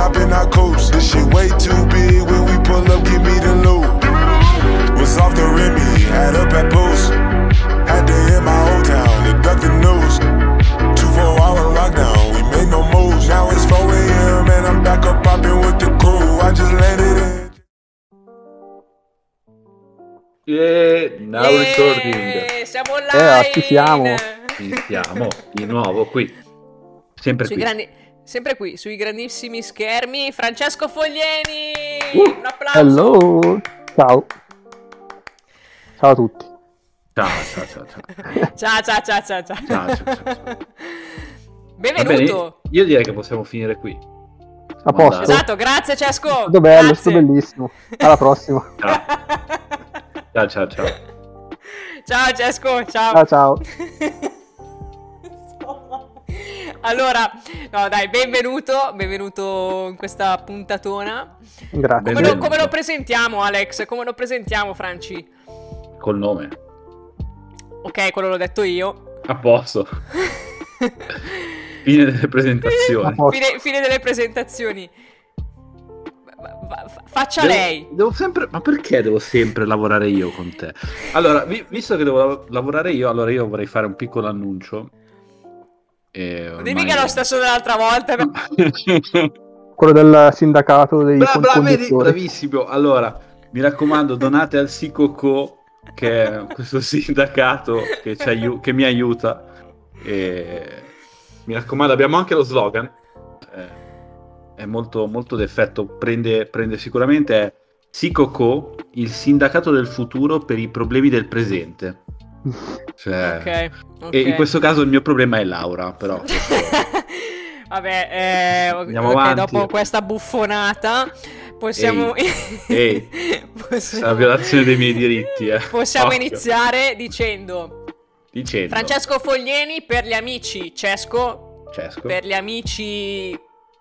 hopping our coast. This shit way too big. When we pull up, give me the loot. Was off the Remy, had up at post. Had to hit my old town to duck the news. 2-4-hour lockdown, we made no moves. Now it's 4 a.m. and I'm back up popping with the crew. I just landed in. Now recording. Siamo live. Ci siamo. Siamo di nuovo qui. Sempre sui qui. Sempre qui, sui grandissimi schermi. Francesco Foglieni. Un applauso. Hello. Ciao. Ciao a tutti. Ciao. Benvenuto. Bene, io direi che possiamo finire qui. A posto. Esatto, grazie Cesco. È stato bello, è Grazie. stato bellissimo. Alla prossima. Ciao. Ciao Cesco, ciao. Ciao. Allora, no dai, benvenuto in questa puntatona. Grazie. Come lo presentiamo, Alex? Come lo presentiamo, Franci? Col nome. Ok, quello l'ho detto io. A posto. Fine delle presentazioni. Fine delle presentazioni. Faccia lei. Ma perché devo sempre lavorare io con te? Allora, visto che devo lavorare io, allora io vorrei fare un piccolo annuncio. Dimmi che è lo stesso dell'altra volta. Quello del sindacato dei Vedi, conduttori. bravissimo. Allora, mi raccomando, donate al Sicoco, che è questo sindacato che mi aiuta. E mi raccomando, abbiamo anche lo slogan. È molto, molto d'effetto. Prende sicuramente è Sicoco, il sindacato del futuro per i problemi del presente. Cioè, Ok. E in questo caso il mio problema è Laura, però. Vabbè, Andiamo ok, avanti. dopo questa buffonata possiamo Ehi, la violazione dei miei diritti, possiamo Occhio. iniziare dicendo Francesco Foglieni per gli amici, Cesco per gli amici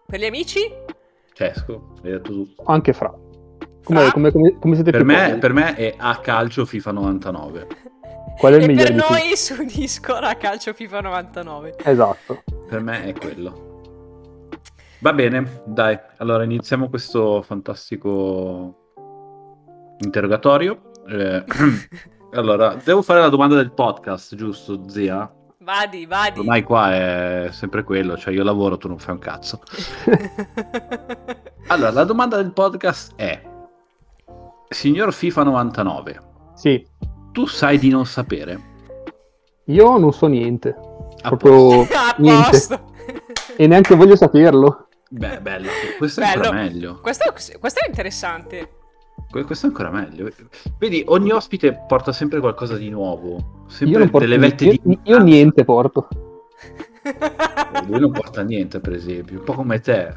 Cesco, hai detto tu. Anche Fra. Come siete Per più me, comodi? per me è a calcio FIFA 99. Qual è il e migliore per di tutti? noi su Discord a calcio FIFA 99. Esatto. Per me è quello. Va bene, dai. Allora iniziamo questo fantastico interrogatorio. Allora, devo fare la domanda del podcast, giusto, zia? Vadi. Ormai qua è sempre quello, cioè io lavoro, tu non fai un cazzo. Allora, la domanda del podcast è: signor FIFA 99, Sì. tu sai di non sapere? Io non so niente. A Proprio A niente. posto. E neanche voglio saperlo. Beh, bello, questo è ancora meglio. Questo è interessante. Questo è ancora meglio. Vedi, ogni ospite porta sempre qualcosa di nuovo. Sempre Io non porto delle vette di... io niente porto. Lui non porta niente, per esempio. Un po' come te.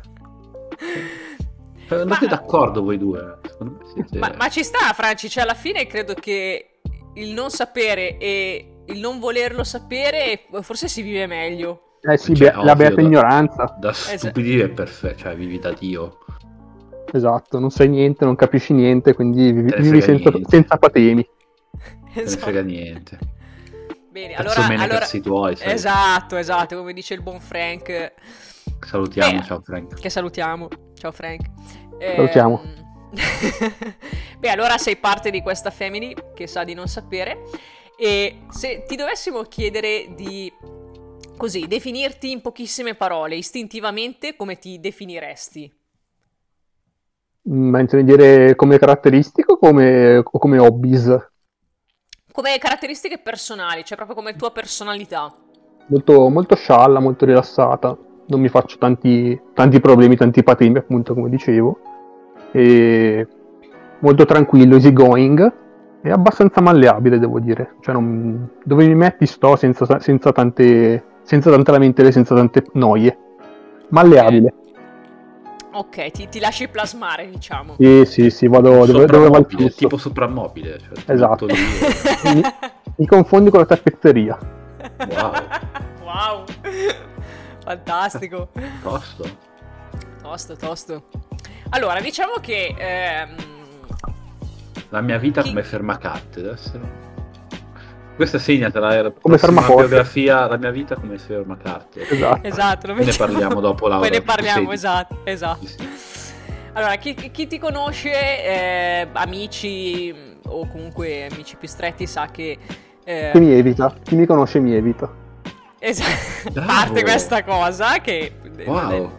Andate d'accordo voi due. Secondo me siete... ma ci sta, Franci, cioè alla fine credo che il non sapere e il non volerlo sapere forse si vive meglio. Sì, Cioè, la beata ovvio, ignoranza. Da stupidi è perfetto, cioè vivi da Dio. Esatto, non sai niente, non capisci niente, quindi Te ne vivi frega niente. senza patemi. Non ne frega niente. Bene, Cazzo meno cazzi tuoi, sai. esatto, come dice il buon Frank. Salutiamo, Beh, ciao Frank. Che salutiamo. Ciao Frank. Salutiamo. Beh, allora sei parte di questa family che sa di non sapere. E se ti dovessimo chiedere di così definirti in pochissime parole, istintivamente come ti definiresti? Ma intendi dire come caratteristico o come hobbies? Come caratteristiche personali, cioè proprio come tua personalità. Molto, molto scialla, molto rilassata. Non mi faccio tanti problemi, tanti patemi, appunto, come dicevo. E molto tranquillo, easy going. E abbastanza malleabile, devo dire. Cioè, dove mi metti sto senza tante lamentele, senza tante noie. Malleabile. Ok, ti lasci plasmare, diciamo. Sì, vado dove va il flusso. Tipo soprammobile. Cioè, Esatto. ti metto lì Mi confondi con la tappezzeria. Wow. Wow. Fantastico. Tosto. Allora, diciamo che La mia vita come fermacarte deve essere Questa segnatela, era Come prossima fermaforte. biografia, la mia vita come se McCarthy. Esatto. Esatto, lo Ne mettiamo. parliamo dopo, Laura. Poi ne parliamo, Sì. esatto, esatto. Sì, sì. Allora, chi ti conosce, amici o comunque amici più stretti, sa che... Chi mi evita, chi mi conosce mi evita. Esatto, Bravo. parte questa cosa che... Wow.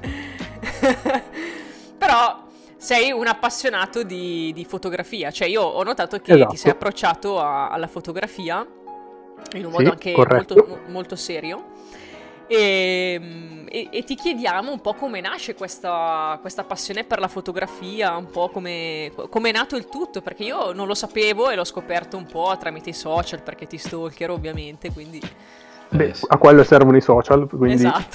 Però sei un appassionato di fotografia, cioè io ho notato che ti Esatto. sei approcciato alla fotografia in un Sì, modo anche corretto. molto serio. E ti chiediamo un po' come nasce questa passione per la fotografia, un po' come è nato il tutto, perché io non lo sapevo e l'ho scoperto un po' tramite i social, perché ti stalker ovviamente, quindi... Beh, Sì. a quello servono i social, quindi... Esatto.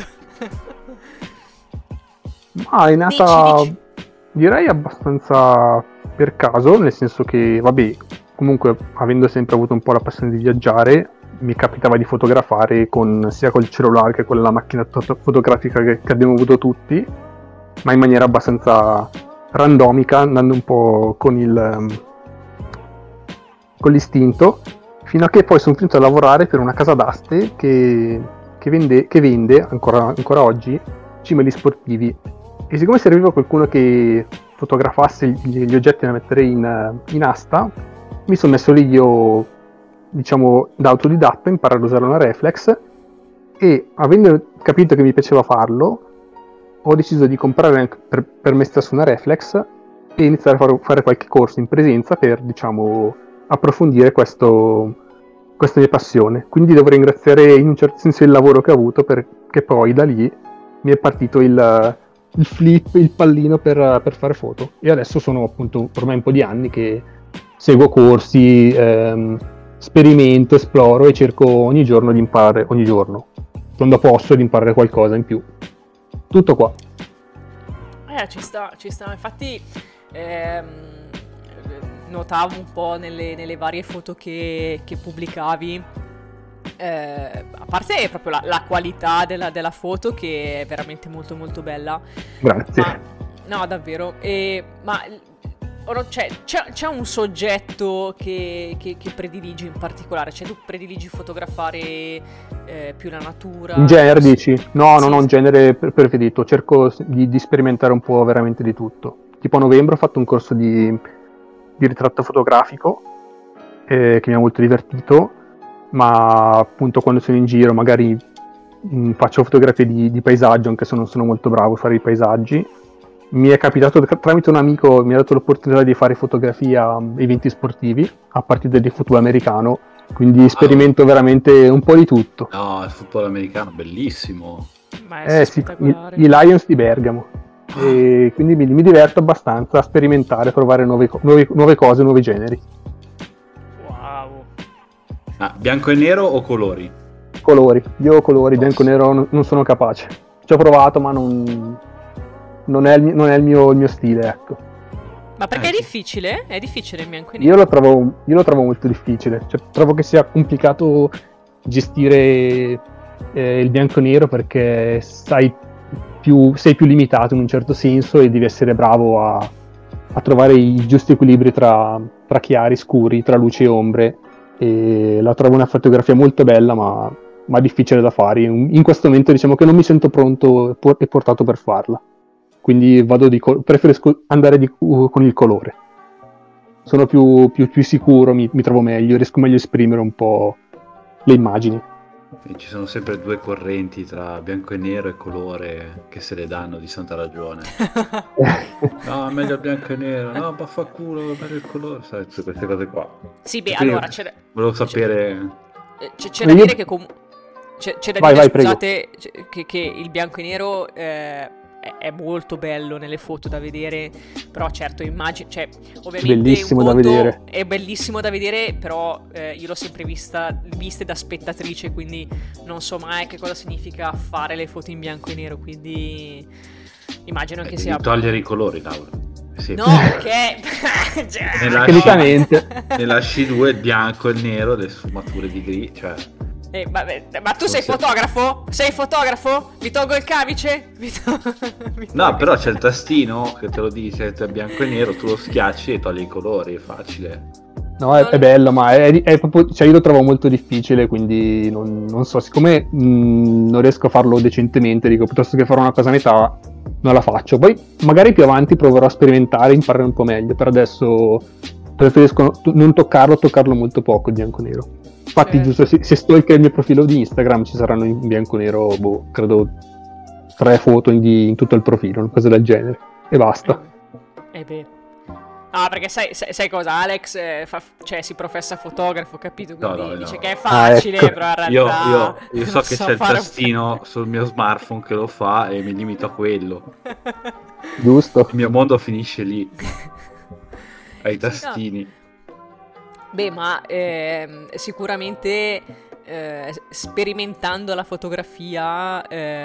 Ma è nata, Dici. direi, abbastanza per caso, nel senso che, vabbè, comunque, avendo sempre avuto un po' la passione di viaggiare, mi capitava di fotografare sia col cellulare che con la macchina fotografica che abbiamo avuto tutti, ma in maniera abbastanza randomica, andando un po' con l'istinto, fino a che poi sono finito a lavorare per una casa d'aste che vende ancora oggi cimeli sportivi. E siccome serviva qualcuno che fotografasse gli oggetti da mettere in asta, mi sono messo lì io, diciamo, da autodidatta, imparare a usare una reflex, e avendo capito che mi piaceva farlo, ho deciso di comprare per me stesso una reflex e iniziare a fare qualche corso in presenza per, diciamo, approfondire questa mia passione. Quindi devo ringraziare in un certo senso il lavoro che ho avuto, perché poi da lì mi è partito il flip, il pallino per fare foto, e adesso sono appunto ormai un po' di anni che seguo corsi, sperimento, esploro e cerco ogni giorno di imparare, quando posso, di imparare qualcosa in più. Tutto qua. Ci sta, infatti notavo un po' nelle varie foto che pubblicavi, a parte proprio la qualità della foto, che è veramente molto molto bella. Grazie. No, davvero. Ma c'è un soggetto che prediligi in particolare? Cioè, tu prediligi fotografare più la natura? In genere dici? No, Sì, non ho un sì. genere preferito, cerco di sperimentare un po' veramente di tutto. Tipo a novembre ho fatto un corso di ritratto fotografico che mi ha molto divertito, ma appunto quando sono in giro magari faccio fotografie di paesaggio, anche se non sono molto bravo a fare i paesaggi. Mi è capitato tramite un amico, mi ha dato l'opportunità di fare fotografia a eventi sportivi a partire del football americano, quindi sperimento veramente un po' di tutto. No, il football americano, bellissimo. Ma è Sì, spettacolare. i Lions di Bergamo. E quindi mi diverto abbastanza a sperimentare, provare nuove cose, nuovi generi. Wow. Ah, bianco e nero o colori? Colori, io colori, Posso. bianco e nero non sono capace. Ci ho provato, ma non è il mio stile, ecco. Ma perché è sì. difficile? È difficile il bianco e nero? Io lo trovo molto difficile, cioè, trovo che sia complicato gestire il bianco e nero, perché sei più limitato in un certo senso e devi essere bravo a trovare i giusti equilibri tra chiari, scuri, tra luci e ombre, e la trovo una fotografia molto bella, ma difficile da fare. In questo momento diciamo che non mi sento pronto e portato per farla, quindi preferisco andare con il colore. Sono più sicuro, mi trovo meglio, riesco meglio a esprimere un po' le immagini. E ci sono sempre due correnti tra bianco e nero e colore che se le danno di santa ragione. No, meglio il bianco e nero, no, vaffanculo, meglio il colore, sai, tutte queste cose qua. Sì, beh, Quindi allora volevo sapere. c'è da dire che c'è da Vai, dire, prego. scusate, che il bianco e nero è molto bello nelle foto da vedere, però certo immagino, cioè ovviamente Bellissimo un da conto vedere. è bellissimo da vedere, però io l'ho sempre viste da spettatrice, quindi non so mai che cosa significa fare le foto in bianco e nero, quindi immagino che Devi sia... togliere i colori, Laura. Sì. No, ok. Ne lasci due, il bianco e il nero, le sfumature di grigio, cioè... ma tu sei fotografo? Sei fotografo? Mi tolgo il camice? No, però c'è il tastino che te lo dice, è bianco e nero, tu lo schiacci e togli i colori, è facile. No, è bello, ma è proprio, cioè io lo trovo molto difficile, quindi non so, siccome non riesco a farlo decentemente, dico, piuttosto che fare una cosa a metà, non la faccio. Poi magari più avanti proverò a sperimentare, imparare un po' meglio. Per adesso preferisco non toccarlo molto poco il bianco-nero. Infatti, giusto, se stalker il mio profilo di Instagram ci saranno in bianco-nero, credo 3 foto in tutto il profilo, una cosa del genere, e basta. Beh. Ah, perché sai cosa? Alex cioè, si professa fotografo, capito? Quindi dice che è facile, ecco. però in realtà io so che c'è il tastino sul mio smartphone che lo fa e mi limito a quello. Giusto. Il mio mondo finisce lì, ai tastini. No. Beh, ma sicuramente sperimentando la fotografia,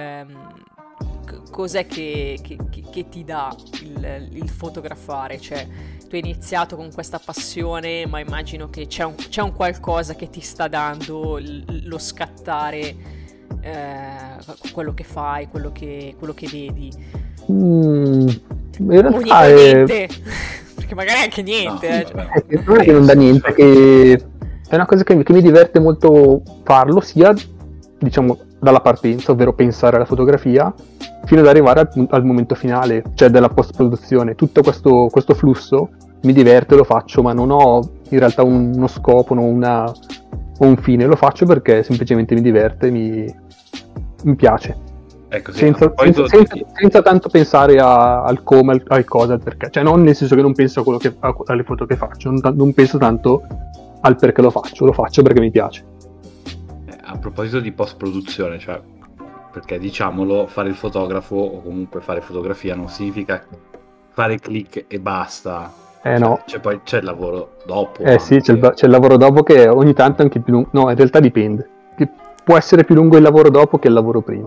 cos'è che ti dà il fotografare? Cioè, tu hai iniziato con questa passione, ma immagino che c'è un qualcosa che ti sta dando lo scattare quello che fai, quello che vedi. In realtà niente. Perché magari anche niente. Non è che non dà niente, che è una cosa che mi diverte molto farlo, sia diciamo dalla partenza, ovvero pensare alla fotografia, fino ad arrivare al momento finale, cioè della post-produzione. Tutto questo flusso mi diverte, lo faccio, ma non ho in realtà uno scopo, o un fine, lo faccio perché semplicemente mi diverte, mi piace. Ecco, sì, senza tanto pensare al come, al cosa, al perché. Cioè non nel senso che non penso alle foto che faccio, non penso tanto al perché lo faccio perché mi piace. A proposito di post-produzione, cioè, perché diciamolo, fare il fotografo o comunque fare fotografia non significa fare click e basta. No. Poi c'è il lavoro dopo. Sì, c'è il lavoro dopo che ogni tanto è anche più lungo. No, in realtà dipende. Può essere più lungo il lavoro dopo che il lavoro prima.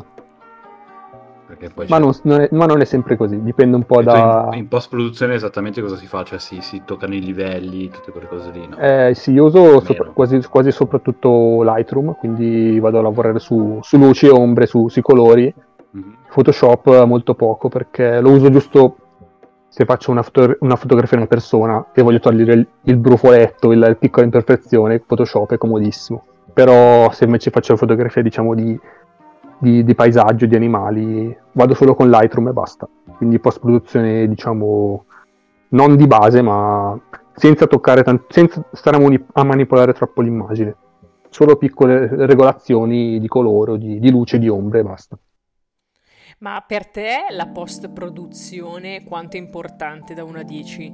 Poi ma non è sempre così, dipende un po' in post-produzione esattamente cosa si fa? Cioè si toccano i livelli, tutte quelle cose lì, no? Sì, io uso quasi soprattutto Lightroom, quindi vado a lavorare su luci e ombre, sui colori. Mm-hmm. Photoshop molto poco, perché lo uso giusto se faccio una fotografia di una persona e voglio togliere il brufoletto, la piccola imperfezione. Photoshop è comodissimo. Però se invece faccio fotografia, diciamo, di paesaggio, di animali, vado solo con Lightroom e basta. Quindi post-produzione, diciamo, non di base, ma senza toccare senza stare a manipolare troppo l'immagine. Solo piccole regolazioni di colore, di luce, di ombre e basta. Ma per te la post-produzione quanto è importante da 1 a 10?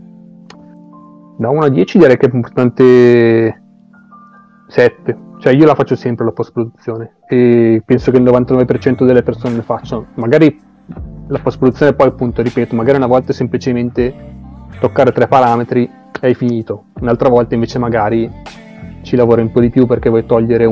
Da 1 a 10 direi che è importante 7. Cioè io la faccio sempre la post-produzione e penso che il 99% delle persone le facciano. Magari la post-produzione poi, appunto, ripeto, magari una volta è semplicemente toccare 3 parametri e hai finito. Un'altra volta invece magari ci lavori un po' di più perché vuoi togliere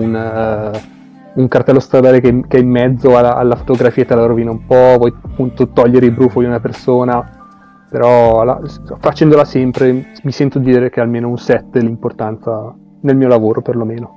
un cartello stradale che è in mezzo alla fotografia e te la rovina un po', vuoi appunto togliere i brufoli di una persona, però facendola sempre mi sento dire che almeno un 7 è l'importanza nel mio lavoro, perlomeno.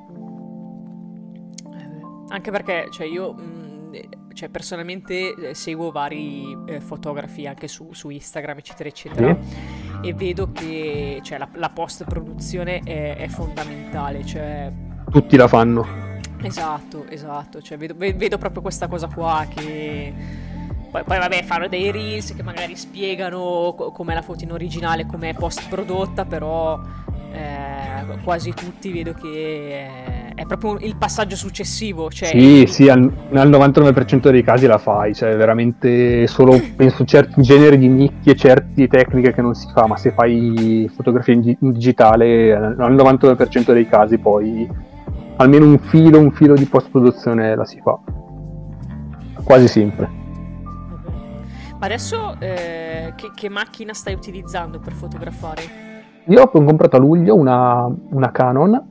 Anche perché io personalmente seguo vari fotografi anche su Instagram, eccetera eccetera, e vedo che la post produzione è fondamentale, cioè tutti la fanno. Esatto, cioè vedo proprio questa cosa qua, che poi vabbè, fanno dei reels che magari spiegano com'è la foto in originale, com'è post prodotta, però quasi tutti vedo che è proprio il passaggio successivo, cioè sì, al 99% dei casi la fai, cioè veramente solo penso certi generi di nicchie, certe tecniche che non si fa, ma se fai fotografia in digitale al 99% dei casi poi almeno un filo di post produzione la si fa, quasi sempre. Ma adesso che macchina stai utilizzando per fotografare? Io ho comprato a luglio una Canon,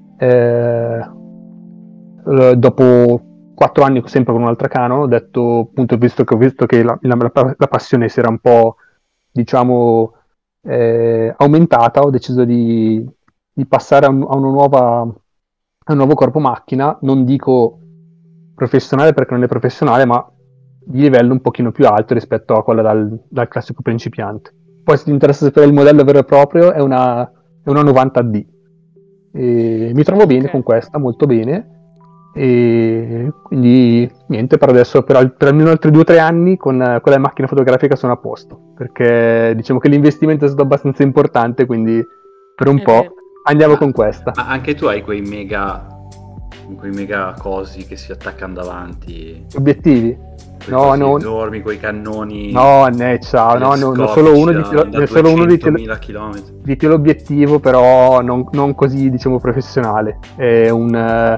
dopo 4 anni sempre con un'altra Canon ho detto, appunto, visto che la passione si era un po', diciamo, aumentata, ho deciso di passare a un nuovo corpo macchina, non dico professionale perché non è professionale, ma di livello un pochino più alto rispetto a quella dal classico principiante. Poi se ti interessa sapere il modello vero e proprio, è una è una 90D. E mi trovo bene Ok. con questa, molto bene. E quindi niente, per adesso, per almeno altri 2 o 3 anni con la macchina fotografica sono a posto. Perché diciamo che l'investimento è stato abbastanza importante, quindi per un È po' vero. andiamo con questa. Ma anche tu hai quei mega cosi che si attaccano davanti, Obiettivi? quei No, cosi no, enormi, quei cannoni no, ciao, no, no, ne ho solo uno di da solo uno 200.000 chilometri. di teleobiettivo, però non così, diciamo, professionale. È un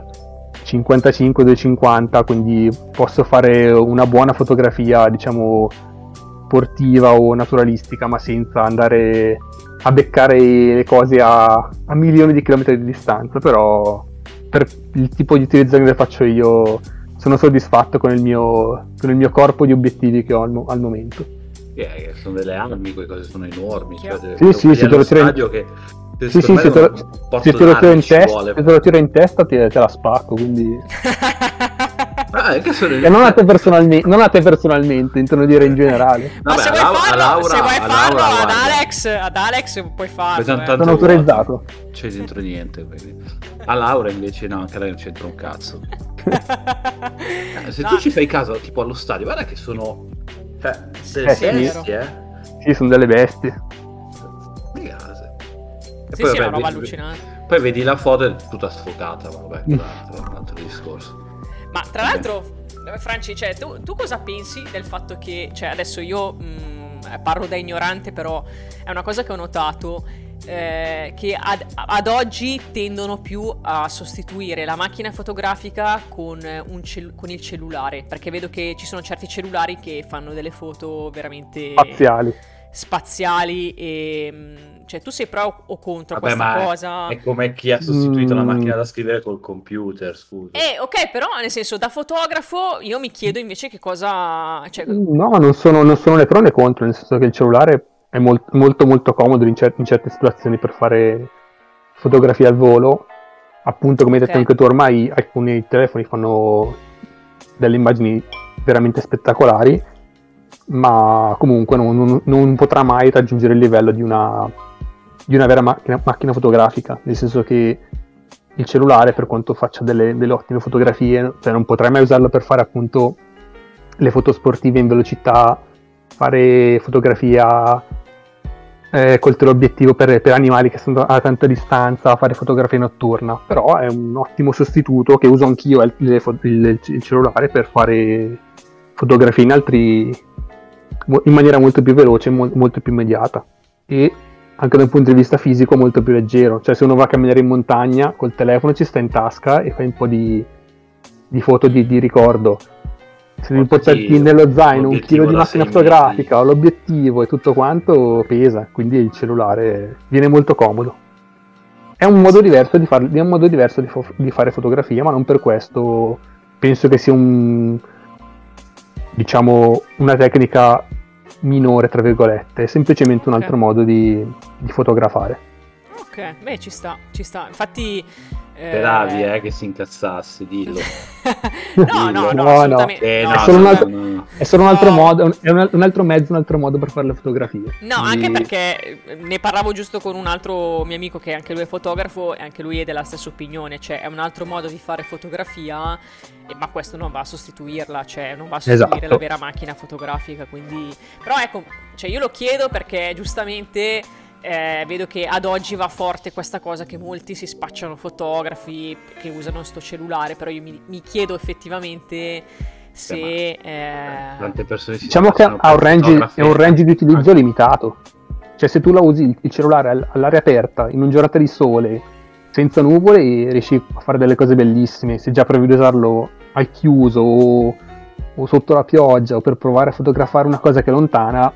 55-250, quindi posso fare una buona fotografia, diciamo, sportiva o naturalistica, ma senza andare a beccare le cose a milioni di chilometri di distanza. Però per il tipo di utilizzo che faccio io sono soddisfatto con il mio corpo di obiettivi che ho al momento. Sono delle armi, quelle cose sono enormi. Cioè, Sì, se te lo tiro se te lo tiro in testa, se te lo tiro in testa te la spacco, quindi e non a te personalmente, intendo dire in generale. Ma Vabbè, se vuoi farlo ad Alex puoi farlo. Sono autorizzato. C'è dentro niente, quindi. A Laura invece no, anche lei non c'entra un cazzo. Se tu ci fai caso, tipo allo stadio, guarda che sono delle sì, bestie, Sì, sono delle bestie. E Sì, poi, sì, è vabbè, una roba vedi- allucinante. Poi vedi la foto e è tutta sfocata, ma vabbè, è un altro discorso. Ma tra l'altro, Franci, cioè, tu cosa pensi del fatto che, cioè, adesso io parlo da ignorante, però è una cosa che ho notato, che ad oggi tendono più a sostituire la macchina fotografica con il cellulare, perché vedo che ci sono certi cellulari che fanno delle foto veramente spaziali e cioè tu sei pro o contro Vabbè, questa ma cosa? è come chi ha sostituito la macchina da scrivere col computer, scusa. Ok, però nel senso, da fotografo io mi chiedo invece che cosa, cioè, No, non sono né pro né contro, nel senso che il cellulare è molto molto comodo in certe situazioni per fare fotografie al volo. Appunto, come hai detto anche tu, ormai alcuni telefoni fanno delle immagini veramente spettacolari, ma comunque non potrà mai raggiungere il livello di una vera macchina fotografica, nel senso che il cellulare, per quanto faccia delle ottime fotografie, cioè non potrai mai usarlo per fare appunto le foto sportive in velocità, fare fotografia col teleobiettivo per animali che sono a tanta distanza, fare fotografia notturna. Però è un ottimo sostituto che uso anch'io il cellulare per fare fotografie in maniera molto più veloce, molto più immediata, e anche da un punto di vista fisico molto più leggero. Cioè, se uno va a camminare in montagna col telefono ci sta in tasca e fai un po' di foto di ricordo. Se devi portarti nello zaino un chilo di macchina fotografica o l'obiettivo e tutto quanto, pesa, quindi il cellulare viene molto comodo. È un modo diverso di fare fotografia, ma non per questo penso che sia diciamo una tecnica minore, tra virgolette, è semplicemente un altro modo di fotografare. Ok, beh, ci sta. Infatti speravi che si incazzasse, dillo. No, assolutamente. È solo un altro modo, è un altro mezzo, un altro modo per fare le fotografie. No, anche perché ne parlavo giusto con un altro mio amico che anche lui è fotografo e anche lui è della stessa opinione, cioè è un altro modo di fare fotografia, ma questo non va a sostituirla, cioè non va a sostituire la vera macchina fotografica, quindi. Però ecco, cioè io lo chiedo perché giustamente vedo che ad oggi va forte questa cosa che molti si spacciano fotografi che usano sto cellulare, però io mi chiedo effettivamente se tante persone diciamo che ha un range di utilizzo limitato. Cioè, se tu la usi il cellulare all'aria aperta in un giornata di sole senza nuvole, riesci a fare delle cose bellissime. Se già provi ad usarlo al chiuso o sotto la pioggia o per provare a fotografare una cosa che è lontana,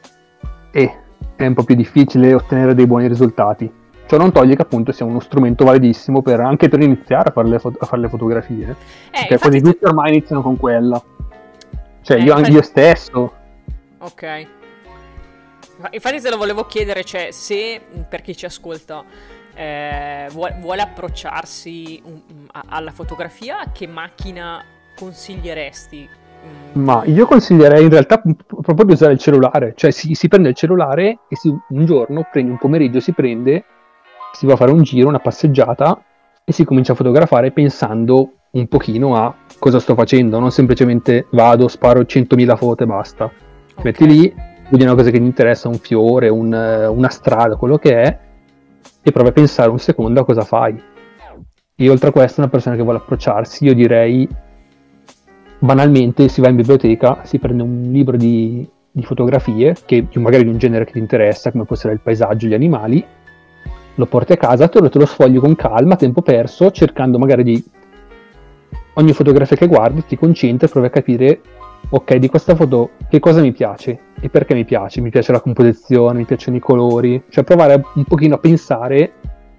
è un po' più difficile ottenere dei buoni risultati. Ciò non toglie che appunto sia uno strumento validissimo anche per iniziare a fare le fotografie. Perché quasi tutti ormai iniziano con quella. Cioè io stesso. Ok. Infatti te lo volevo chiedere, cioè se per chi ci ascolta vuole approcciarsi alla fotografia, che macchina consiglieresti? Ma io consiglierei in realtà proprio di usare il cellulare. Cioè si prende il cellulare e un giorno un pomeriggio si prende si va a fare un giro, una passeggiata e si comincia a fotografare pensando un pochino a cosa sto facendo, non semplicemente vado, sparo 100.000 foto e basta. Ti metti lì, vedi una cosa che ti interessa, un fiore, una strada, quello che è, e provi a pensare un secondo a cosa fai. E oltre a questo, una persona che vuole approcciarsi, io direi banalmente si va in biblioteca, si prende un libro di fotografie, che magari di un genere che ti interessa, come può essere il paesaggio, gli animali, lo porti a casa, te lo sfogli con calma, a tempo perso, cercando magari di ogni fotografia che guardi, ti concentri e provi a capire, ok, di questa foto che cosa mi piace e perché mi piace la composizione, mi piacciono i colori, cioè provare un pochino a pensare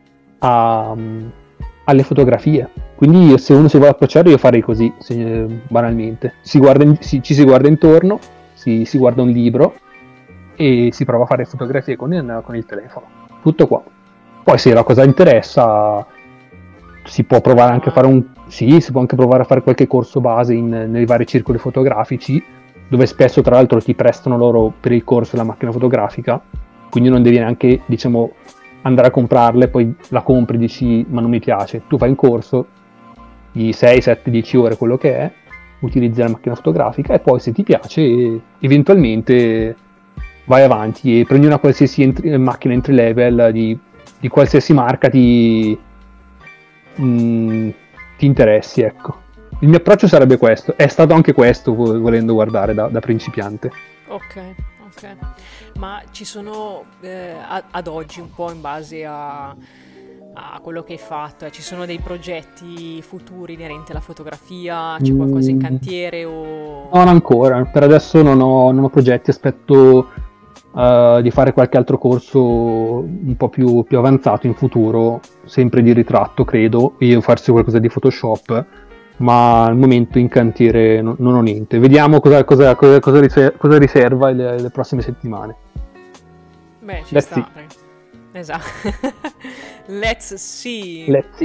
alle fotografie. Quindi se uno si vuole approcciare, io farei così, banalmente. Ci si guarda intorno, si guarda un libro e si prova a fare fotografie con il telefono. Tutto qua. Poi se la cosa interessa, si può provare anche a fare si può anche provare a fare qualche corso base nei vari circoli fotografici, dove spesso tra l'altro ti prestano loro per il corso la macchina fotografica, quindi non devi neanche, diciamo, andare a comprarla e poi la compri e dici ma non mi piace. Tu fai un corso di 6, 7, 10 ore, quello che è, utilizzi la macchina fotografica e poi se ti piace eventualmente vai avanti e prendi una qualsiasi macchina entry level di qualsiasi marca ti interessi, ecco. Il mio approccio sarebbe questo, è stato anche questo volendo guardare da principiante. Ok. Ma ci sono ad oggi, un po' in base a quello che hai fatto, ci sono dei progetti futuri inerenti alla fotografia? C'è qualcosa in cantiere o... Non ancora, per adesso non ho progetti, aspetto di fare qualche altro corso un po' più avanzato in futuro, sempre di ritratto credo, e farsi qualcosa di Photoshop, ma al momento in cantiere non ho niente. Vediamo cosa riserva le prossime settimane. Beh, ci sta. Esatto. Let's see.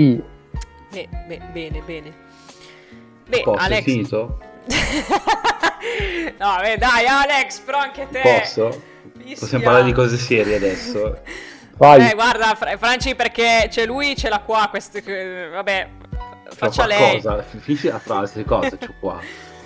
Bene. Posso, Alex. finito? No, dai Alex, però anche te. Posso? Possiamo parlare di cose serie adesso. Vai. Guarda, Franci, perché c'è lui, ce l'ha qua, vabbè, faccia lei. Cosa? Finisci la frase, cosa c'ho qua?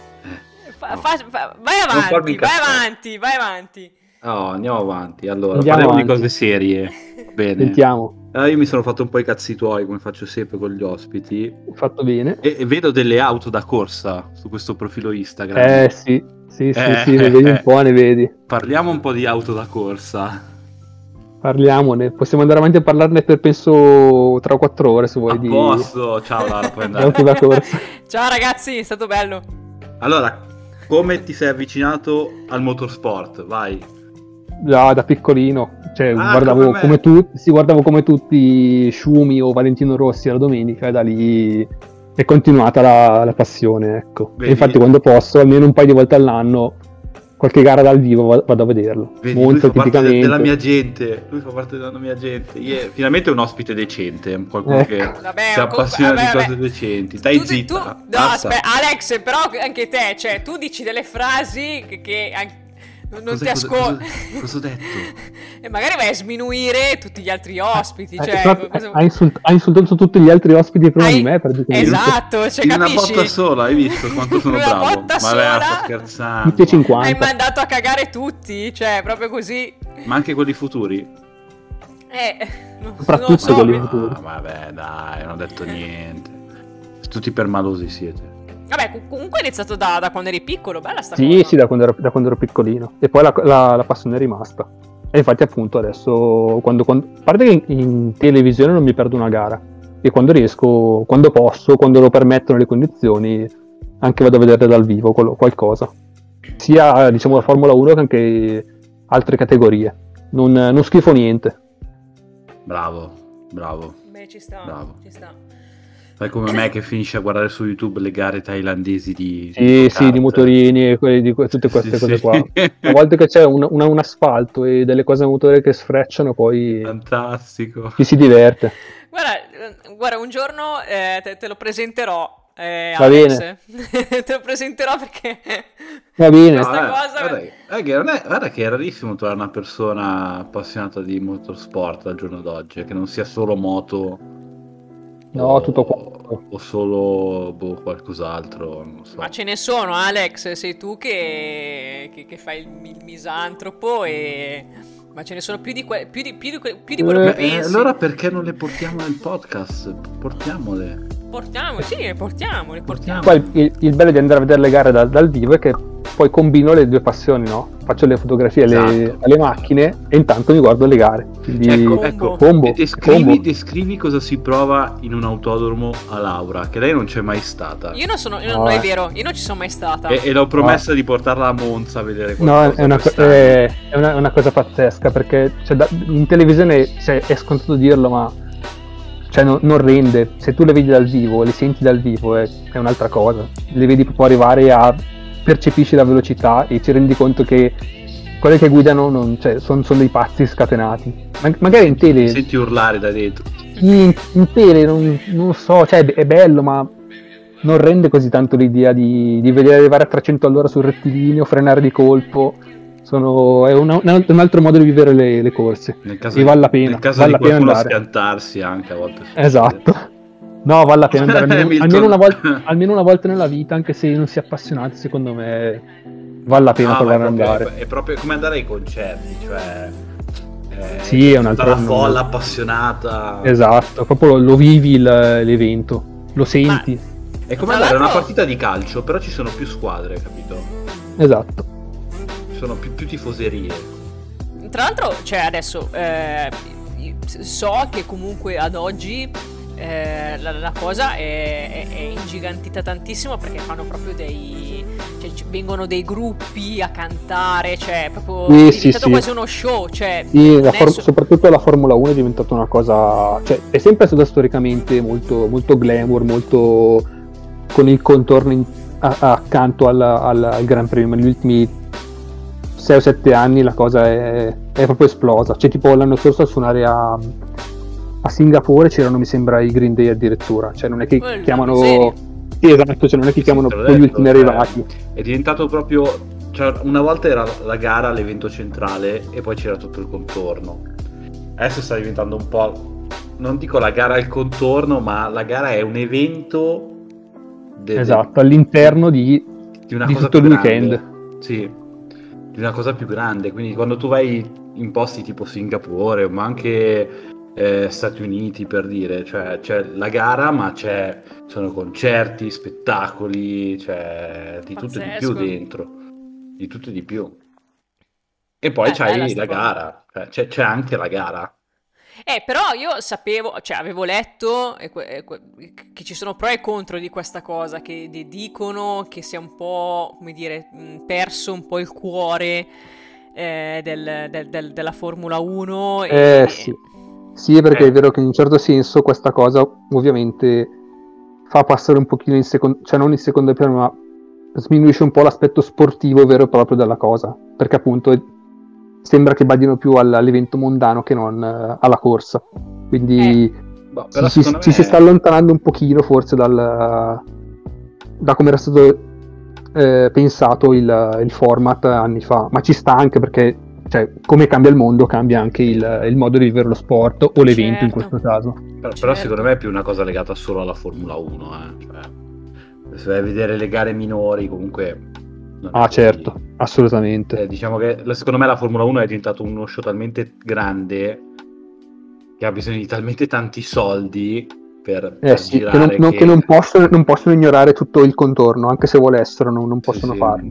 Vai avanti. No, andiamo avanti. Allora, parliamo di cose serie. Bene. Sentiamo. Io mi sono fatto un po' i cazzi tuoi, come faccio sempre con gli ospiti. Fatto bene. E vedo delle auto da corsa su questo profilo Instagram. Sì, ne vedi un po', ne vedi. Parliamo un po' di auto da corsa. Parliamone, possiamo andare avanti a parlarne per penso 3 o 4 ore se vuoi. A posto, ciao Lara, puoi andare. Auto da corsa. Ciao ragazzi, è stato bello. Allora, come ti sei avvicinato al motorsport? Vai. Da piccolino, cioè guardavo come tutti Schumi o Valentino Rossi la domenica e da lì è continuata la passione, ecco. E infatti quando posso, almeno un paio di volte all'anno, qualche gara dal vivo vado a vederlo. Vedi, Monza, lui fa parte della mia gente. Lui fa parte della mia gente. Finalmente è un ospite decente, qualcuno che si appassiona di cose decenti. Stai zitta. No, aspetta, Alex, però anche te, cioè tu dici delle frasi che non ti ascolti. Cosa ho detto? E magari vai a sminuire tutti gli altri ospiti. Ha insultato tutti gli altri ospiti prima di me. Esatto, cioè, in capisci? Una botta sola, hai visto quanto sono bravo? Ma botta sto scherzando. Tutti e 50. Hai mandato a cagare tutti, cioè proprio così. Ma anche quelli futuri? Soprattutto quelli futuri. Vabbè, dai, non ho detto niente. Tutti permalosi siete. Vabbè, comunque è iniziato da quando eri piccolo, bella sta cosa. Sì, da quando ero piccolino. E poi la passione è rimasta. E infatti appunto adesso, a parte che in televisione non mi perdo una gara. E quando riesco, quando posso, quando lo permettono le condizioni, anche vado a vedere dal vivo qualcosa. Sia, diciamo, la Formula 1 che anche altre categorie. Non schifo niente. Bravo. Beh, ci sta. Fai come me che finisce a guardare su YouTube le gare thailandesi di di motorini e tutte queste cose qua. A volte che c'è un asfalto e delle cose a motore che sfrecciano, poi fantastico. Chi si diverte. Guarda, un giorno te lo presenterò Va Alex. bene. Te lo presenterò perché Va bene. questa No, cosa... guarda che è rarissimo trovare una persona appassionata di motorsport al giorno d'oggi, che non sia solo moto No, tutto qua. o solo qualcos'altro, non so. Ma ce ne sono, Alex, sei tu che fai il misantropo ma ce ne sono più di quello che pensi. Allora perché non le portiamo nel podcast? Portiamole. Portiamole. Poi il bello di andare a vedere le gare dal vivo è che poi combino le due passioni, no? Faccio le fotografie Esatto. alle macchine e intanto mi guardo le gare. Quindi Ecco, combo. descrivi cosa si prova in un autodromo a Laura, che lei non c'è mai stata. Io non sono, No, non è vero, io non ci sono mai stata. E l'ho promessa di portarla a Monza a vedere No, qualcosa. è una cosa pazzesca perché in televisione è scontato dirlo, ma non rende. Se tu le vedi dal vivo, le senti dal vivo, è un'altra cosa. Le vedi proprio arrivare percepisci la velocità e ci rendi conto che quelli che guidano sono dei pazzi scatenati. Magari in tele. Mi senti urlare da dentro. In tele non so, è bello, ma non rende così tanto l'idea di vedere arrivare a 300 all'ora sul rettilineo, frenare di colpo. È un altro modo di vivere le corse. Nel caso E vale la pena. Nel caso vale di la pena qualcuno andare. schiantarsi anche a volte. succede. Esatto. No, vale la pena andare Hamilton. almeno una volta nella vita, anche se non si è appassionati, secondo me vale la pena No, provare ma ad andare. è proprio come andare ai concerti, cioè Sì, è un tutta altro la folla appassionata. Esatto, proprio lo vivi l'evento, lo senti. È come Tra andare a una l'altro- partita di calcio, però ci sono più squadre, capito? Esatto. Ci sono più tifoserie. Tra l'altro, cioè adesso so che comunque ad oggi la cosa è ingigantita tantissimo perché fanno proprio vengono dei gruppi a cantare, cioè proprio è Sì, diventato sì. quasi uno show, cioè Sì, adesso- soprattutto la Formula 1 è diventata una cosa, è sempre stata storicamente molto, molto glamour, molto con il contorno accanto al Gran Premio, ma negli ultimi 6 o 7 anni la cosa è proprio esplosa. Tipo l'anno scorso a suonare a Singapore c'erano, mi sembra, i Green Day addirittura, non è che Quello, chiamano. serio? Sì, esatto, non è che chiamano Te l'ho poi gli detto, ultimi cioè, arrivati. È diventato proprio, cioè, una volta era la gara, l'evento centrale e poi c'era tutto il contorno. Adesso sta diventando un po', non dico la gara al contorno, ma la gara è un evento Esatto, all'interno di una di cosa tutto più il grande. weekend. Sì, di una cosa più grande. Quindi quando tu vai in posti tipo Singapore, ma anche Stati Uniti, per dire, cioè c'è la gara, ma sono concerti, spettacoli, c'è di tutto e di più Pazzesco. dentro, di tutto e di più. E poi Bella c'hai sta la cosa. gara, cioè, c'è anche la gara. Però io sapevo, cioè avevo letto che ci sono pro e contro di questa cosa, che dicono che sia un po', come dire, perso un po' il cuore della Formula 1. Sì, perché è vero che in un certo senso questa cosa ovviamente fa passare un pochino in secondo, cioè non in secondo piano, ma sminuisce un po' l'aspetto sportivo vero e proprio della cosa, perché appunto sembra che badino più all'evento mondano che non alla corsa, quindi Però ci secondo si me sta allontanando un pochino forse da come era stato pensato il format anni fa, ma ci sta anche perché come cambia il mondo cambia anche il modo di vivere lo sport o l'evento in Certo. questo caso. Però Certo. secondo me è più una cosa legata solo alla Formula 1, cioè, se vai a vedere le gare minori comunque non è così. Certo, assolutamente. Diciamo che secondo me la Formula 1 è diventato uno show talmente grande che ha bisogno di talmente tanti soldi per Sì, girare che non possono ignorare tutto il contorno, anche se volessero, non possono sì. farlo.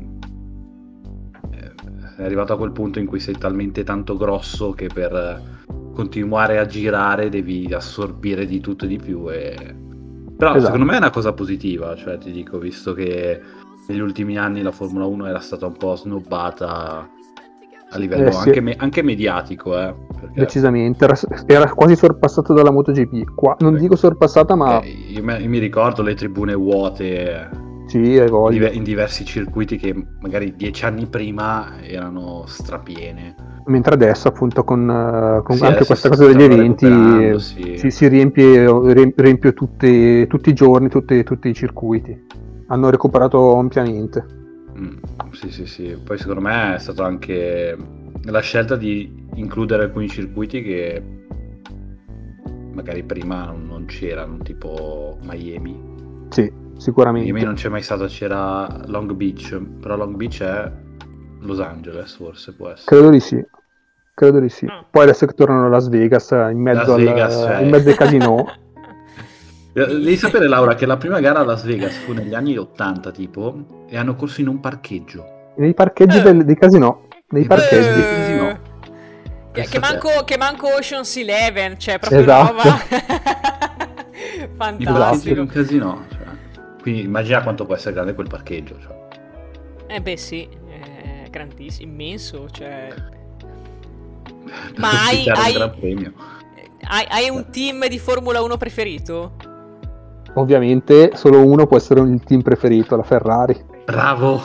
È arrivato a quel punto in cui sei talmente tanto grosso che per continuare a girare devi assorbire di tutto e di più. Però Esatto. secondo me è una cosa positiva, cioè ti dico, visto che negli ultimi anni la Formula 1 era stata un po' snobbata a livello Sì. anche mediatico, perché Decisamente, era quasi sorpassata dalla MotoGP. Non dico sorpassata, ma io mi ricordo le tribune vuote sì, hai voglia. in diversi circuiti che magari 10 anni prima erano strapiene. mentre adesso appunto con Sì, anche adesso questa si cosa degli stanno eventi recuperando, sì. si riempie tutti i giorni, tutti i circuiti. Hanno recuperato ampiamente. Sì. Poi secondo me è stata anche la scelta di includere alcuni circuiti che magari prima non c'erano, tipo Miami. Sì, sicuramente. Miami non c'è mai stato, c'era Long Beach, però Long Beach è Los Angeles, forse può essere. Credo di sì. Poi adesso che tornano a Las Vegas, in mezzo, Las Vegas, cioè. in mezzo ai casino. Devi sapere, Laura, che la prima gara a Las Vegas fu negli anni 80 tipo, e hanno corso in un parcheggio. Nei parcheggi dei casino. Nei parcheggi. Casino. Che manco Ocean's 11, cioè proprio Esatto. roba I parcheggi fantastico. di un casino, cioè. Quindi immagina quanto può essere grande quel parcheggio, cioè. Beh sì, è grandissimo, immenso, cioè... Per Ma ospitare un gran premio. hai un team di Formula 1 preferito? Ovviamente solo uno può essere il team preferito, la Ferrari. Bravo.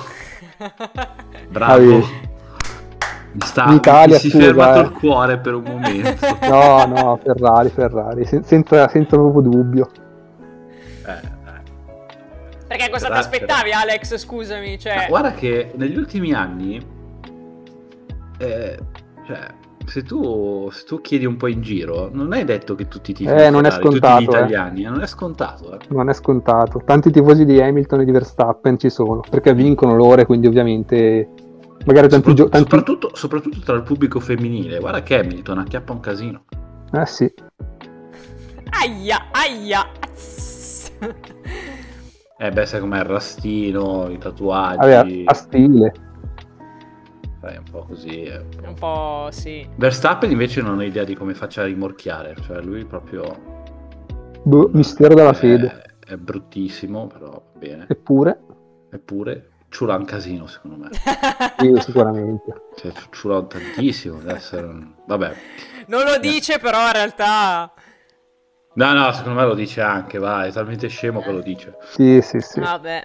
In Italia, si è scusa, fermato il cuore per un momento. No, Ferrari, senza proprio dubbio. Perché cosa ti Ferrari, aspettavi, Alex? Scusami, cioè... Ma guarda che negli ultimi anni, cioè, se tu chiedi un po' in giro, non è detto che tutti i tifosi non è scontato, tutti gli italiani, non è scontato. Non è scontato. Tanti tifosi di Hamilton e di Verstappen ci sono, perché vincono loro e quindi ovviamente magari soprattutto tra il pubblico femminile. Guarda che Hamilton acchiappa un casino. Sì. Aia. Beh, sai com'è il rastino, i tatuaggi. Vabbè, a stile. È un po' così. Un po' sì. Verstappen invece non ho idea di come faccia a rimorchiare. Cioè lui proprio... mistero della fede. È bruttissimo, però va bene. Eppure ciula un casino, secondo me. Sì, sicuramente. Cioè, ciula tantissimo. Vabbè. Non lo dice, però in realtà... No, secondo me lo dice anche, va, è talmente scemo che lo dice. Sì. Vabbè.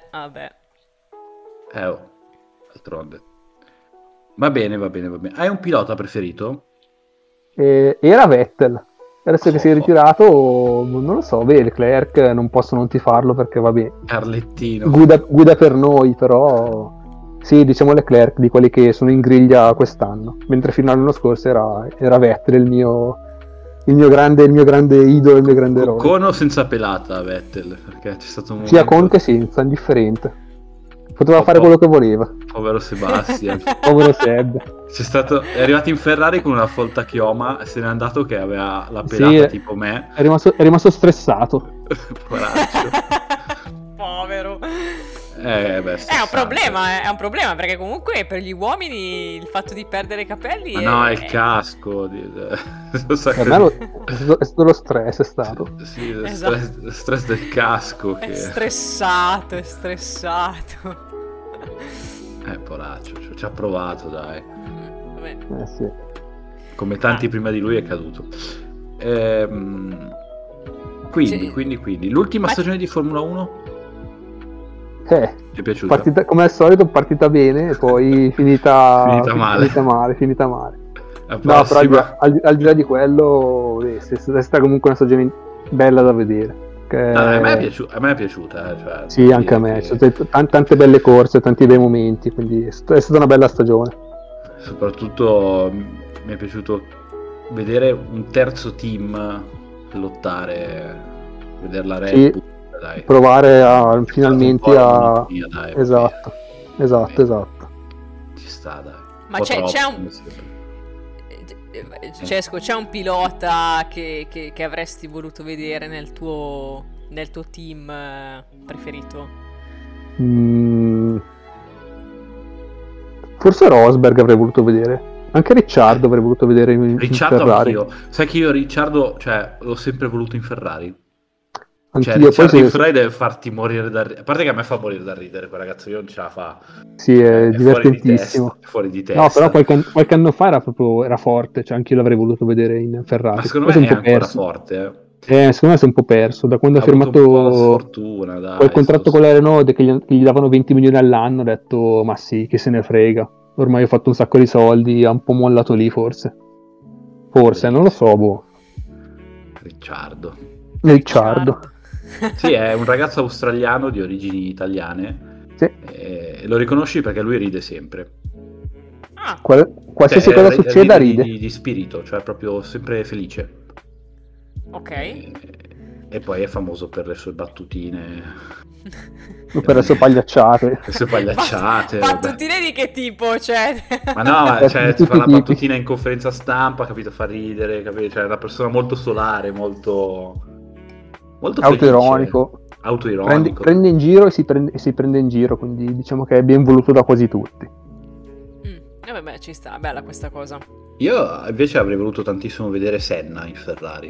D'altronde. Va bene. Hai un pilota preferito? Era Vettel. Adesso che si è ritirato, non lo so, Leclerc non posso non tifarlo perché vabbè. Carlettino. Guida per noi, però... Sì, diciamo Leclerc, di quelli che sono in griglia quest'anno. Mentre fino all'anno scorso era Vettel il mio grande idolo, il mio grande eroe. Con o senza pelata Vettel? Perché c'è stato un momento... Sia con che senza, indifferente. Poteva fare quello che voleva. Povero Sebastian. Povero Seb. È arrivato in Ferrari con una folta chioma e se n'è andato che aveva la pelata tipo me. È rimasto stressato. Poraccio. Povero. È un problema perché comunque per gli uomini il fatto di perdere i capelli è il casco. Per me è stato lo stress, è stato. Sì, esatto. stress del casco. È stressato. Poraccio, ci ha provato, dai. Vabbè. Sì. Come tanti prima di lui è caduto. Quindi l'ultima stagione di Formula 1? Ti è piaciuta? Come al solito partita bene e poi finita male. No, però al di là di quello è stata comunque una stagione bella da vedere. A me è piaciuta. Cioè, sì, anche a me. Ci sono tante belle corse, tanti bei momenti, quindi è stata una bella stagione. Soprattutto mi è piaciuto vedere un terzo team lottare, vedere la Red Bull. Dai. Provare finalmente a... Dai, esatto. Ci sta, dai. Ma c'è un pilota che avresti voluto vedere nel tuo team preferito? Forse Rosberg avrei voluto vedere. Anche Ricciardo avrei voluto vedere in Ferrari. Anch'io. Sai che io Ricciardo, cioè, l'ho sempre voluto in Ferrari. Anch'io, cioè, in Ferrari deve farti morire da ridere. A parte che a me fa morire da ridere quel ragazzo, io non ce la fa. Sì, è divertentissimo. Fuori di testa. No, però qualche anno fa era forte, cioè anche io l'avrei voluto vedere in Ferrari. Ma secondo me è ancora forte. Secondo me si è un po' perso. Da quando ha firmato un po' la sfortuna, dai, quel contratto con la Renault che gli davano 20 milioni all'anno, ho detto ma sì, che se ne frega. ormai ho fatto un sacco di soldi, ha un po' mollato lì forse. Forse, non lo so, boh. Ricciardo. Sì, è un ragazzo australiano di origini italiane. Sì. E lo riconosci perché lui ride sempre. Ah, Qualsiasi cosa succeda ride. Di spirito, cioè proprio sempre felice. ok. E poi è famoso per le sue battutine. Per le sue pagliacciate. Le sue pagliacciate. vabbè. Battutine di che tipo? Cioè... Ma no, cioè, Di ti fa tutti una i tipi. battutina in conferenza stampa, capito? Fa ridere, capito? Cioè, è una persona molto solare, molto felice. Autoironico. Autoironico. Prende in giro e si prende in giro, quindi diciamo che è ben voluto da quasi tutti. Vabbè, ci sta, bella questa cosa. Io invece avrei voluto tantissimo vedere Senna in Ferrari.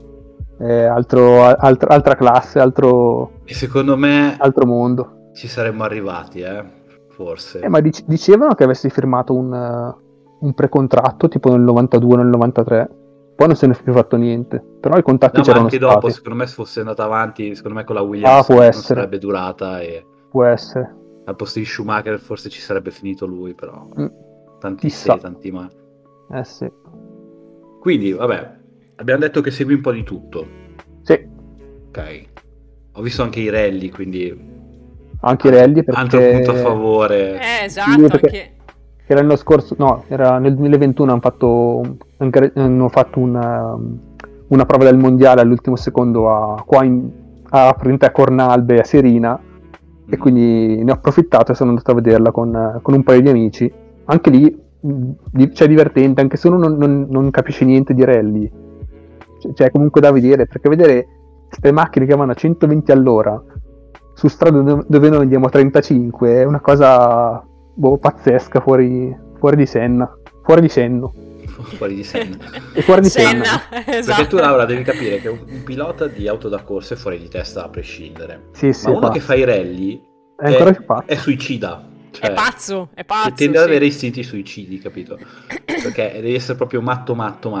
Altra classe, altro E secondo me mondo. ci saremmo arrivati, forse. Ma dicevano che avessi firmato un precontratto tipo nel 92, nel 93. Poi non se ne è più fatto niente. Però i contatti No, ma c'erano anche stati. dopo, secondo me, se fosse andata avanti, secondo me con la Williams può non essere. sarebbe durata e Può essere. al posto di Schumacher forse ci sarebbe finito lui, però tanti Chissà. se, tanti ma. Sì. Quindi, vabbè, abbiamo detto che segui un po' di tutto. Sì. Ok. Ho visto anche i rally, quindi Anche i rally perché... altro punto a favore. Esatto, perché- anche... che l'anno scorso, no, era nel 2021 hanno fatto una prova del mondiale all'ultimo secondo a Cornalbe a Serina e quindi ne ho approfittato e sono andato a vederla con un paio di amici. Anche lì c'è divertente, anche se uno non capisce niente di rally, c'è comunque da vedere, perché vedere queste macchine che vanno a 120 all'ora su strade dove noi andiamo a 35 è una cosa pazzesca, fuori di senno. Fuori di Senna. E fuori di Senna. Esatto. Perché tu, Laura, devi capire che un pilota di auto da corsa è fuori di testa a prescindere. Sì, Ma uno che fa i rally è ancora più pazzo. è suicida. Cioè, È pazzo, che tende ad sì. avere istinti suicidi, capito? Perché devi essere proprio matto.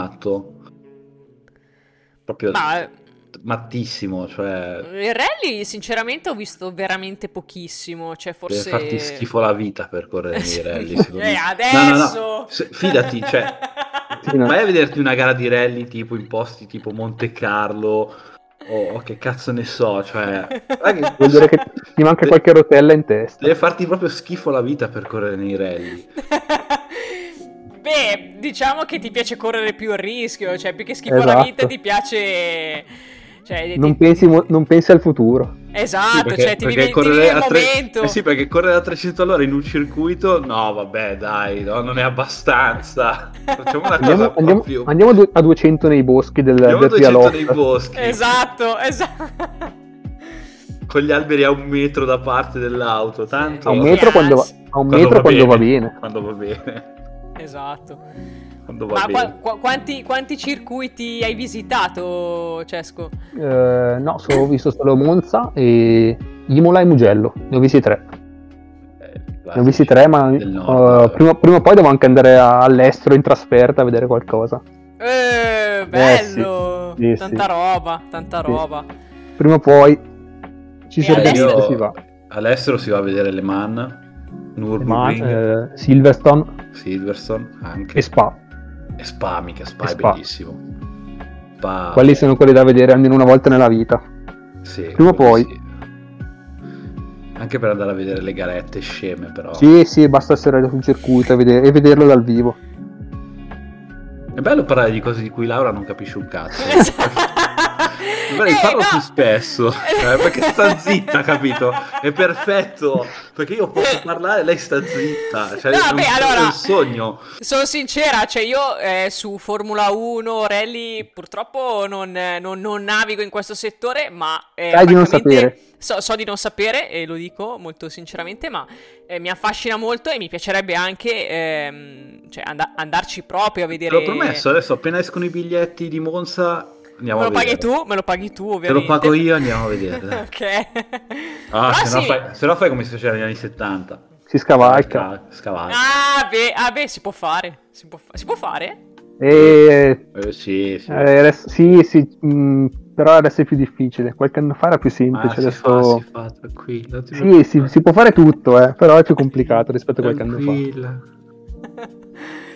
Proprio Ma mattissimo, cioè il rally, sinceramente, ho visto veramente pochissimo. Cioè, deve forse... farti schifo la vita per correre nei rally, secondo me. Adesso... No. Fidati, cioè Sì, no. vai a vederti una gara di rally tipo in posti tipo Monte Carlo o che cazzo ne so, cioè Vuol dire che ti manca qualche rotella in testa. deve farti proprio schifo la vita per correre nei rally. Beh, diciamo che ti piace correre più a rischio. Cioè, più che schifo alla Esatto. vita, ti piace... Cioè, Non pensi al futuro. Esatto, Sì, cioè ti vivi correre il a momento. sì, perché correre a 300 all'ora in un circuito, no, vabbè, dai, no, non è abbastanza. Facciamo una cosa un po' più. Andiamo a 200 nei boschi Andiamo a del 200 Trialot. nei boschi, Esatto. con gli alberi a 1 metro da parte dell'auto, tanto A un metro quando va bene. Quando va bene. Esatto. Quando va Ma bene. quanti circuiti hai visitato, Cesco? No, ho visto solo Monza e Imola e Mugello. Ne ho visti 3. Ne ho visti 3, ma del nord. prima o poi devo anche andare all'estero in trasferta a vedere qualcosa. Bello! Sì, tanta Sì. roba. Prima o poi ci E si organizza e Io- si va. All'estero si va a vedere Le Mans, Nürburgring, Silverstone Silverstone anche. e Spa. E Spa, mica Spa E è Spa. bellissimo. Spa, Quelli sono quelli da vedere almeno una volta nella vita. sì, prima o quelli poi. sì. Anche per andare a vedere le garette sceme, però. Sì, basta essere sul circuito e vederlo dal vivo. È bello parlare di cose di cui Laura non capisce un cazzo. Dovrei farlo no. più spesso, perché sta zitta, capito? È perfetto, perché io posso parlare e lei sta zitta, cioè, No, è un, beh, allora- è un sogno. Sono sincera, cioè io su Formula 1, rally, purtroppo non navigo in questo settore, ma Sai di non francamente sapere. so di non sapere, e lo dico molto sinceramente, ma mi affascina molto e mi piacerebbe anche cioè, andarci proprio a Te vedere. l'ho promesso, adesso appena escono i biglietti di Monza andiamo Me a lo paghi vedere. tu, Te lo ovviamente. pago io, andiamo a vedere. Ok. Ah, Però se no fai come si faceva negli anni 70. Si scavalca. Scavalca. Beh, si può fare. Si può fare? E Sì. sì, però adesso è più difficile. Qualche anno fa era più semplice. Si fa, tranquillo. Sì, si può fare tutto, però è più complicato rispetto a qualche anno fa. Tranquilla.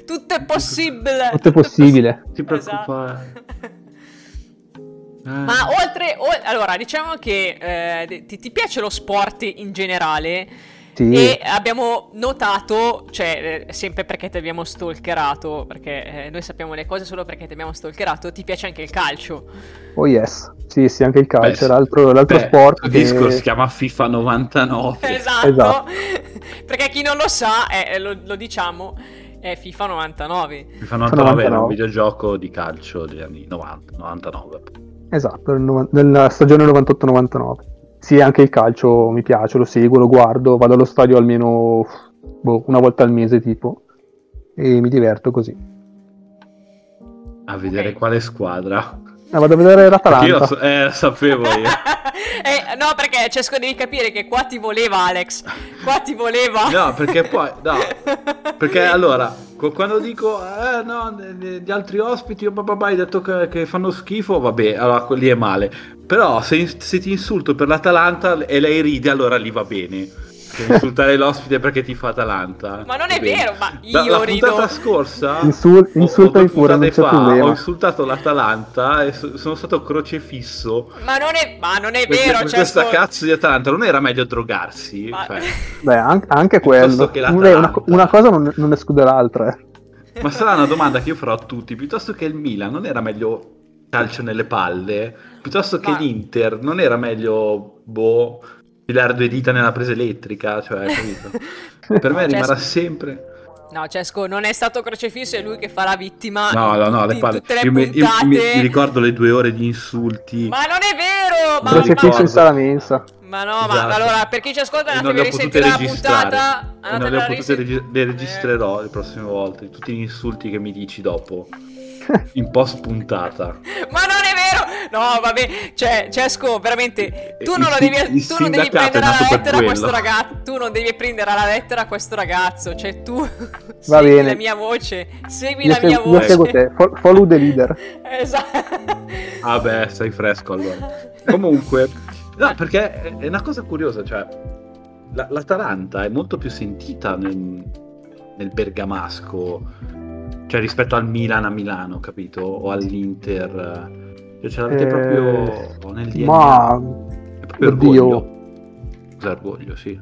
Tutto è possibile. Tutto è possibile. Non ti preoccupare. Esatto. Ma allora, diciamo che ti piace lo sport in generale? Sì. E abbiamo notato, cioè, sempre perché ti abbiamo stalkerato, perché noi sappiamo le cose solo perché ti abbiamo stalkerato, ti piace anche il calcio. Oh yes, sì, anche il calcio, Beh, l'altro sport il che... disco si chiama FIFA 99. Esatto. Perché chi non lo sa, lo diciamo, è FIFA 99. FIFA 99 era un videogioco di calcio degli anni 90, 99. Esatto, nella stagione 98-99. Sì, anche il calcio mi piace, lo seguo, lo guardo, vado allo stadio almeno una volta al mese tipo e mi diverto così. A vedere quale squadra. Vado a vedere l'Atalanta. Io sapevo io. No, perché devi capire che qua ti voleva Alex. Qua ti voleva. No, perché poi perché allora quando dico no, gli altri ospiti hai detto che fanno schifo, vabbè, allora quelli è male. Però se ti insulto per l'Atalanta e lei ride, allora lì va bene. Insultare l'ospite perché ti fa Atalanta. Ma non è vero, ma La rido. puntata scorsa insultami pure, non c'è problema. Ho insultato l'Atalanta e sono stato crocefisso. Ma non è vero, per questa cazzo di Atalanta. Non era meglio drogarsi? Cioè, beh, anche quello. Una cosa non esclude l'altra. Ma sarà una domanda che io farò a tutti. Piuttosto che il Milan, non era meglio calcio nelle palle? Piuttosto che l'Inter, non era meglio filare due dita nella presa elettrica? Cioè, capito? Per me rimarrà sempre... No, Cesco, non è stato crocefisso, è lui che fa la vittima. No, le palle. Tutte le io puntate. mi ricordo le 2 ore di insulti. Ma non è vero! Crocefisso in sala mensa. Ma no, Esatto. ma allora, per chi ci ascolta, andatevi a risentire la puntata. Le registrerò le prossime volte. Tutti gli insulti che mi dici dopo. In post puntata. Ma non è vero! No, vabbè, cioè, Cesco, veramente, tu non devi prendere alla lettera questo ragazzo. Tu non devi prendere alla lettera questo ragazzo. Cioè, tu segui la mia voce. Segui la mia voce. Io seguo te. Follow the leader. Esatto. Vabbè, sei fresco allora. Comunque, no, perché è una cosa curiosa, cioè, l'Atalanta è molto più sentita nel bergamasco. Cioè rispetto al Milan a Milano, capito? O all'Inter. Cioè ce l'avete proprio nel DNA. Ma... È proprio orgoglio. Cos'è orgoglio, sì.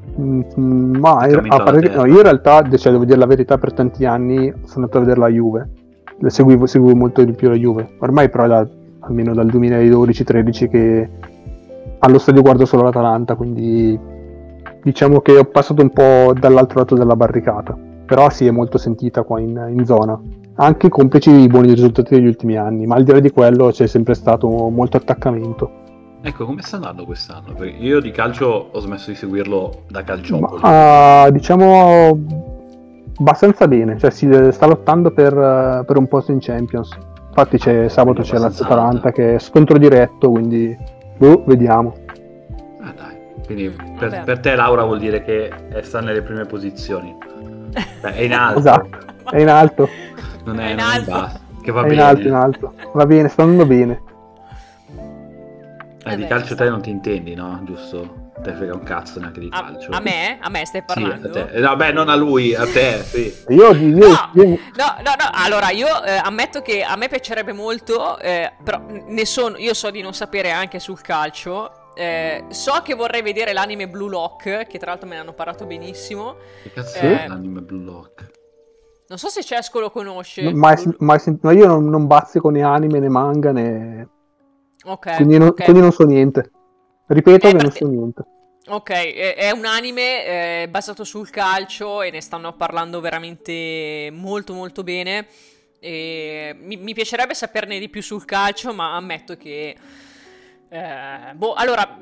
Ma io in realtà, cioè, devo dire la verità, per tanti anni sono andato a vedere la Juve. Seguivo molto di più la Juve. Ormai però almeno dal 2012-13 che allo stadio guardo solo l'Atalanta, quindi diciamo che ho passato un po' dall'altro lato della barricata. Però sì, è molto sentita qua in zona, anche complici i buoni risultati degli ultimi anni, ma al di là di quello c'è sempre stato molto attaccamento. Ecco, come sta andando quest'anno? Perché io di calcio ho smesso di seguirlo da Calciopoli. Diciamo abbastanza bene, cioè si sta lottando per un posto in Champions. Infatti sabato c'è l'Atalanta che è scontro diretto, quindi vediamo. Dai, quindi per te Laura vuol dire che sta nelle prime posizioni. È in alto. Esatto, è in alto. Non è in basso. Che va è bene. In alto. Va bene, sta andando bene. Di calcio te non ti intendi, no? Giusto? Te frega un cazzo neanche di calcio. A me? A me stai parlando? Sì, a te. No, beh, non a lui, a te, sì. No. Allora, io ammetto che a me piacerebbe molto, però io so di non sapere anche sul calcio. So che vorrei vedere l'anime Blue Lock, che tra l'altro me ne hanno parlato benissimo. Che cazzo è l'anime Blue Lock? Non so se Cesco lo conosce. Ma io non bazzico né anime né manga né... Ok. Quindi non so niente. Ripeto che non so niente. Ok, è un anime basato sul calcio e ne stanno parlando veramente molto molto bene. Mi piacerebbe saperne di più sul calcio, ma ammetto che... allora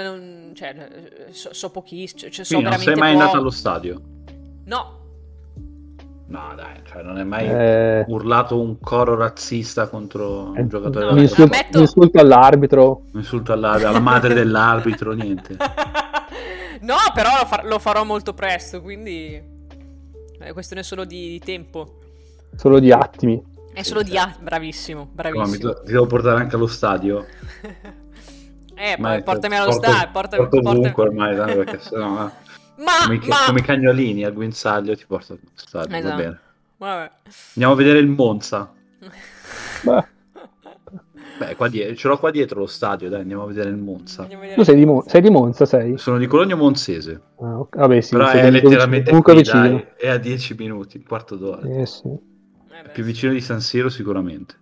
so pochissimo, cioè, so non sei mai andato allo stadio? No, dai, cioè non è mai urlato un coro razzista contro un giocatore un insulto all'arbitro, alla madre dell'arbitro, niente. No, però lo farò molto presto, quindi è questione solo di tempo, solo di attimi. È solo di bravissimo. Ti devo portare anche allo stadio. Portami allo stadio. Porto ovunque ormai, perché sennò... come i cagnolini al guinzaglio ti porto allo stadio. Esatto. Va bene. Vabbè. Andiamo a vedere il Monza. Beh, Beh, ce l'ho qua dietro lo stadio, dai, andiamo a vedere il Monza. Andiamo a tu vedere. sei di Monza, sei? Sono di Cologno Monzese, Ah, vabbè, sì, però sei è letteralmente comunque qui, vicino. dai, è a 10 minuti, un quarto d'ora. Sì. Beh, Più sì. vicino di San Siro sicuramente.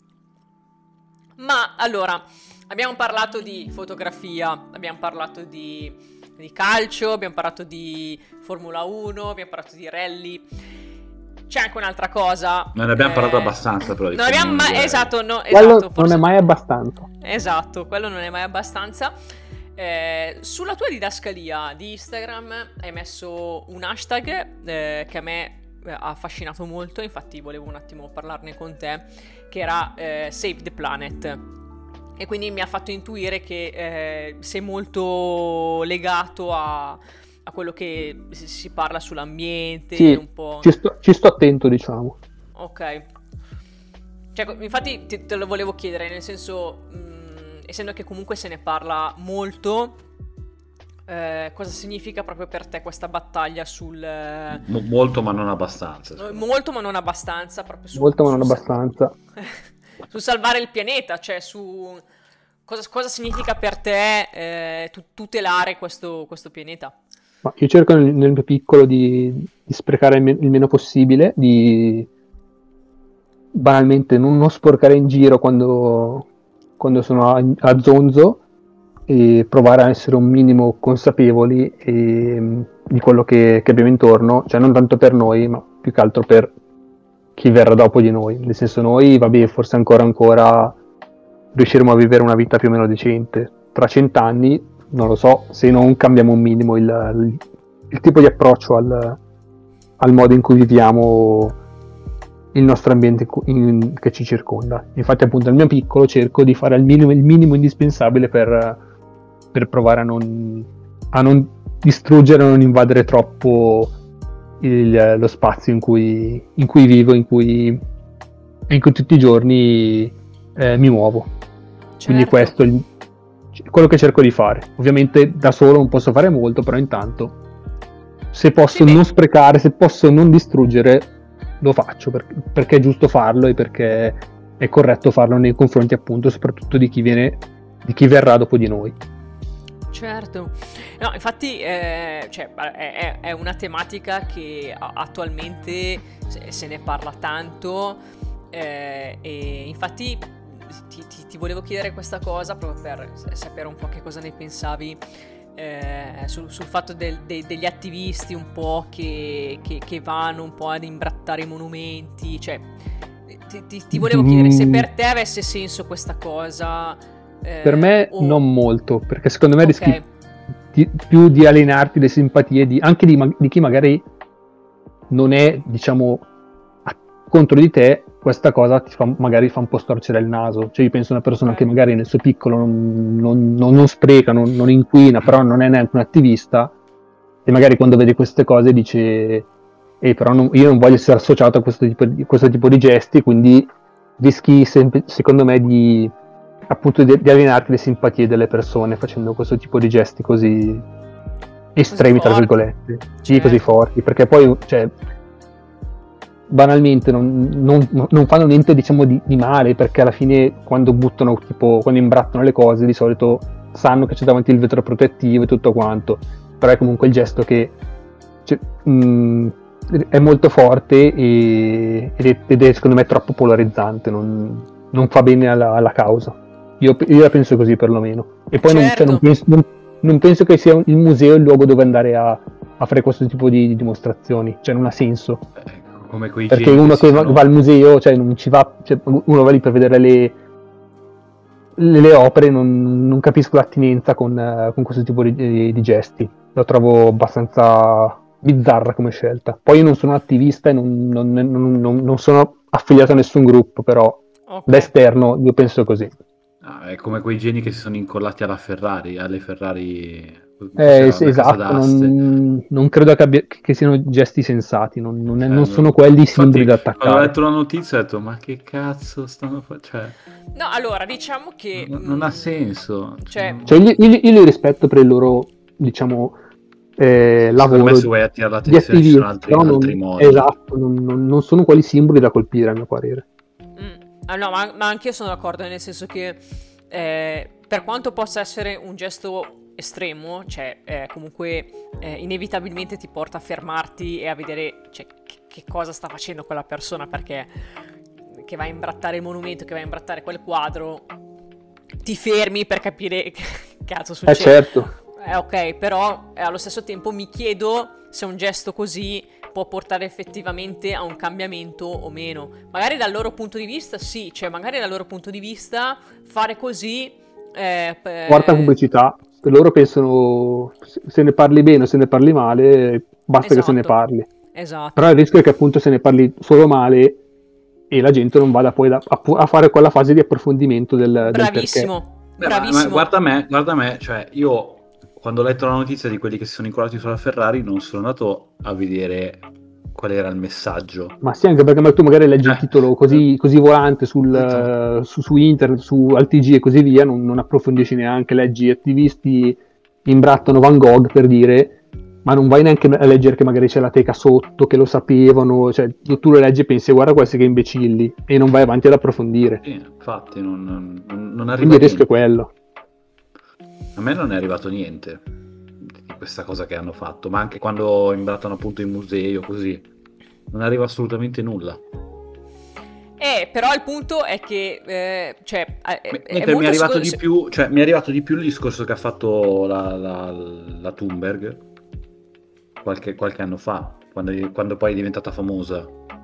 Ma allora, abbiamo parlato di fotografia, abbiamo parlato di calcio, abbiamo parlato di Formula 1, abbiamo parlato di rally. C'è anche un'altra cosa. Non ne abbiamo parlato abbastanza, però. Di Non abbiamo Formula 1, mai... Esatto, no, Quello esatto, non forse... è mai abbastanza. Esatto, quello non è mai abbastanza. Sulla tua didascalia di Instagram hai messo un hashtag che a me ha affascinato molto, infatti volevo un attimo parlarne con te, che era Save the Planet. E quindi mi ha fatto intuire che sei molto legato a quello che si parla sull'ambiente, Sì, un po'... ci sto attento, diciamo. Ok. Cioè, infatti te lo volevo chiedere, nel senso, essendo che comunque se ne parla molto, cosa significa proprio per te questa battaglia sul... Molto, ma non abbastanza. Molto ma non abbastanza, proprio Molto, ma non abbastanza. su salvare il pianeta, cioè su cosa significa per te tutelare questo pianeta. Ma io cerco nel mio piccolo di sprecare il meno possibile, di banalmente non sporcare in giro quando sono a zonzo e provare a essere un minimo consapevoli di quello che abbiamo intorno, cioè non tanto per noi, ma più che altro per chi verrà dopo di noi. Nel senso, noi, vabbè, forse ancora riusciremo a vivere una vita più o meno decente. Tra 100 anni, non lo so, se non cambiamo un minimo il tipo di approccio al modo in cui viviamo il nostro ambiente che ci circonda. Infatti, appunto, nel mio piccolo cerco di fare il minimo indispensabile per provare a non distruggere, a non invadere troppo lo spazio in cui vivo, in cui tutti i giorni mi muovo. Quindi questo è quello che cerco di fare. Ovviamente da solo non posso fare molto, però intanto se posso non sprecare, se posso non distruggere, lo faccio perché è giusto farlo e perché è corretto farlo nei confronti, appunto, soprattutto di chi verrà dopo di noi. Certo, no, infatti cioè, è una tematica che attualmente se ne parla tanto e infatti ti volevo chiedere questa cosa proprio per sapere un po' che cosa ne pensavi sul fatto degli attivisti un po' che vanno un po' ad imbrattare i monumenti, cioè ti volevo chiedere se per te avesse senso questa cosa. Per me non molto, perché secondo me rischi più di alienarti le simpatie anche di chi magari non è, diciamo, contro di te. Questa cosa magari fa un po' storcere il naso. Cioè, io penso a una persona che magari nel suo piccolo non spreca, non inquina, però non è neanche un attivista, e magari quando vede queste cose dice però io non voglio essere associato a questo tipo di gesti, quindi rischi secondo me di alienarti le simpatie delle persone facendo questo tipo di gesti così estremi, tra virgolette, così forti, perché poi, cioè, banalmente non fanno niente, diciamo, di male, perché alla fine quando imbrattano le cose di solito sanno che c'è davanti il vetro protettivo e tutto quanto, però è comunque il gesto che è molto forte ed è secondo me troppo polarizzante, non fa bene alla causa. Io la penso così, perlomeno. E poi non penso che sia il museo il luogo dove andare a fare questo tipo di dimostrazioni, cioè non ha senso. Come quei perché uno che va al museo, cioè non ci va, cioè, uno va lì per vedere le opere, non capisco l'attinenza con questo tipo di gesti. Lo trovo abbastanza bizzarra come scelta. Poi io non sono un attivista e non sono affiliato a nessun gruppo, però da esterno io penso così. È come quei geni che si sono incollati alle Ferrari. Esatto, non credo che siano gesti sensati, non sono quelli simboli da attaccare. Quando ho letto la notizia ho detto, ma che cazzo stanno facendo? No, allora, diciamo che... Non ha senso. Cioè io li rispetto per il loro, diciamo, Secondo lavoro me se vuoi attirare di l'attenzione ci sono attivisti, però altri modi. esatto, non sono quali simboli da colpire, a mio parere. No, ma anche io sono d'accordo, nel senso che per quanto possa essere un gesto estremo, cioè comunque inevitabilmente ti porta a fermarti e a vedere, cioè, che cosa sta facendo quella persona, perché che va a imbrattare il monumento, che va a imbrattare quel quadro, ti fermi per capire che cazzo succede. Certo. Ok, però allo stesso tempo mi chiedo se un gesto così può portare effettivamente a un cambiamento o meno. Magari dal loro punto di vista sì, cioè magari dal loro punto di vista fare così Porta pubblicità, loro pensano se ne parli bene o se ne parli male, basta che se ne Esatto. parli. Esatto. Però il rischio è che appunto se ne parli solo male e la gente non vada poi a fare quella fase di approfondimento del perché. Bravissimo, Ma bravissimo. guarda me, cioè io quando ho letto la notizia di quelli che si sono incolati sulla Ferrari non sono andato a vedere qual era il messaggio. Ma sì, anche perché tu magari leggi il titolo così volante su internet, al TG e così via, non approfondisci neanche, leggi attivisti imbrattano Van Gogh per dire, ma non vai neanche a leggere che magari c'è la teca sotto, che lo sapevano, cioè tu lo leggi e pensi guarda questi che imbecilli e non vai avanti ad approfondire. Sì, infatti non arriva Quindi il rischio è niente. quello. A me non è arrivato niente di questa cosa che hanno fatto, ma anche quando imbrattano appunto i musei o così, non arriva assolutamente nulla. Però il punto è che cioè, è Mentre mi è molto arrivato di più, cioè mi è arrivato di più il discorso che ha fatto la Thunberg qualche anno fa, quando poi è diventata famosa.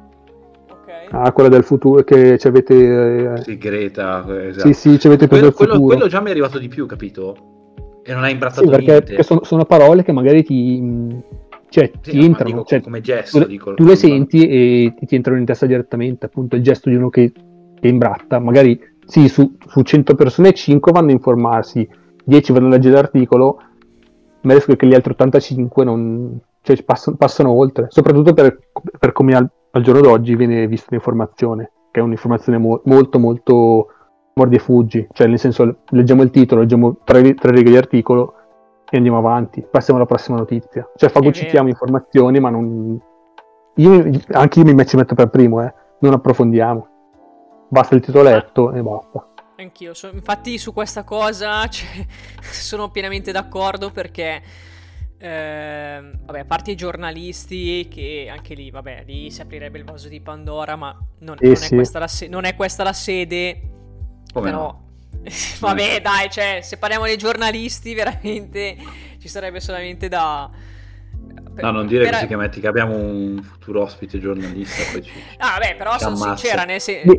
Ok. Quella del futuro che ci avete Sì, Greta, esatto. sì, ci avete preso il futuro. Quello già mi è arrivato di più, capito? E non ha imbrattato Sì, perché niente. sono parole che magari ti Sì, ti no, ma entrano, dico, cioè, come gesto, tu le senti e ti entrano in testa direttamente, appunto il gesto di uno che imbratta, magari sì, su 100 persone 5 vanno a informarsi, 10 vanno a leggere l'articolo, ma rischio che gli altri 85 non, cioè, passano oltre, soprattutto per come al giorno d'oggi viene vista l'informazione, che è un'informazione molto molto mordi e fuggi, cioè nel senso leggiamo il titolo, leggiamo tre righe di articolo e andiamo avanti, passiamo alla prossima notizia, cioè fagocitiamo informazioni ma non anche io ci metto per primo, non approfondiamo, basta il titoletto e basta. Anch'io, infatti su questa cosa sono pienamente d'accordo perché vabbè, a parte i giornalisti che anche lì, vabbè, lì si aprirebbe il vaso di Pandora, ma non è questa la sede. Come però no? vabbè, dai, cioè, se parliamo dei giornalisti veramente ci sarebbe solamente da no, non dire così che abbiamo un futuro ospite giornalista poi vabbè, però sono sincera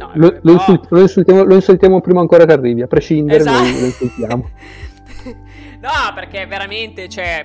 lo insultiamo prima ancora che arrivi, a prescindere. Esatto. Lo insultiamo. No, perché veramente, cioè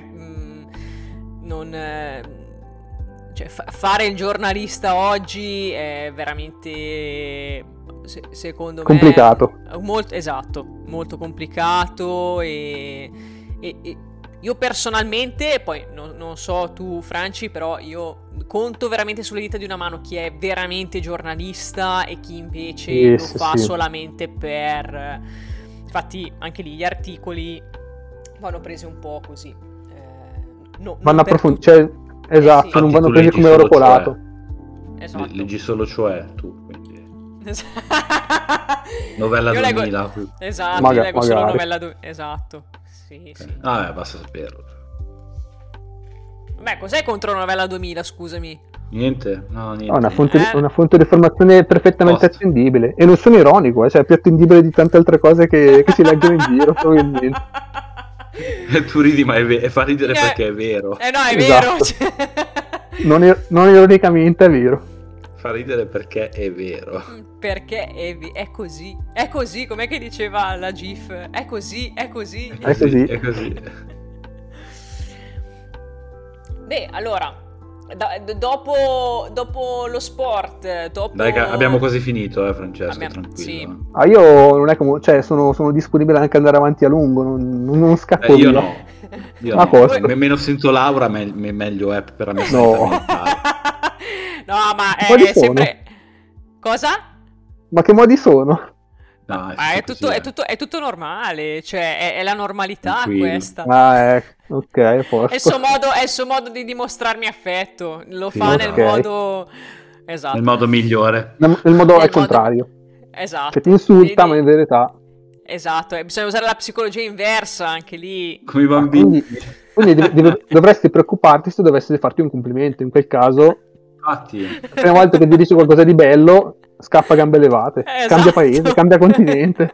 fare il giornalista oggi è veramente secondo complicato. Me molto complicato e io personalmente, poi non so tu Franci, però io conto veramente sulle dita di una mano chi è veramente giornalista e chi invece lo fa solamente per... Infatti anche lì gli articoli vanno presi un po' così. Vanno approfonditi, cioè, esatto, sì. Non vanno presi come oro colato. Esatto. Leggi solo cioè tu, quindi... Novella 2000. Esatto, io leggo solo novella 2000. Esatto. Sì. Vabbè, basta saperlo. Beh, cos'è contro novella 2000, scusami? Niente, no, niente. Una fonte di informazione perfettamente attendibile. E non sono ironico, cioè è più attendibile di tante altre cose che si leggono in giro, probabilmente. Tu ridi, ma fa ridere perché è vero. No, è vero. Non ironicamente, è vero. Fa ridere perché è vero. Perché è così. È così, com'è che diceva la GIF? È così. È così. Beh, allora, dopo lo sport, Dai, abbiamo quasi finito, Francesco, tranquillo. Sì. Io non è come, cioè, sono disponibile anche ad andare avanti a lungo, non scappo via. Io no. Meno sento Laura, meglio è per la mia sanità mentale. No, ma è sempre... Cosa? Ma che modi sono? No, È così, è tutto normale, cioè è la normalità Tranquillo. questa. Ok, È il forse. suo modo di dimostrarmi affetto. Lo Sì, fa esatto. nel modo... Esatto. Nel modo migliore. Nel modo Nel al contrario. Esatto. Che ti insulta, ma Vedi? in verità... Esatto, bisogna usare la psicologia inversa anche lì. Come i bambini. Quindi dovresti preoccuparti se dovessi farti un complimento. In quel caso, Infatti, la prima volta che ti dici qualcosa di bello, scappa a gambe levate. Esatto. Cambia paese, cambia continente.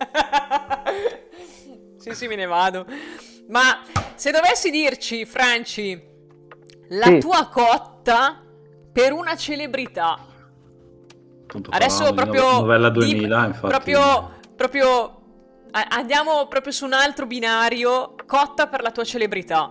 Sì, me ne vado. Ma se dovessi dirci, Franci, la Sì. tua cotta per una celebrità. appunto, Adesso parlavamo di proprio novella 2000, infatti. proprio andiamo proprio su un altro binario, cotta per la tua celebrità.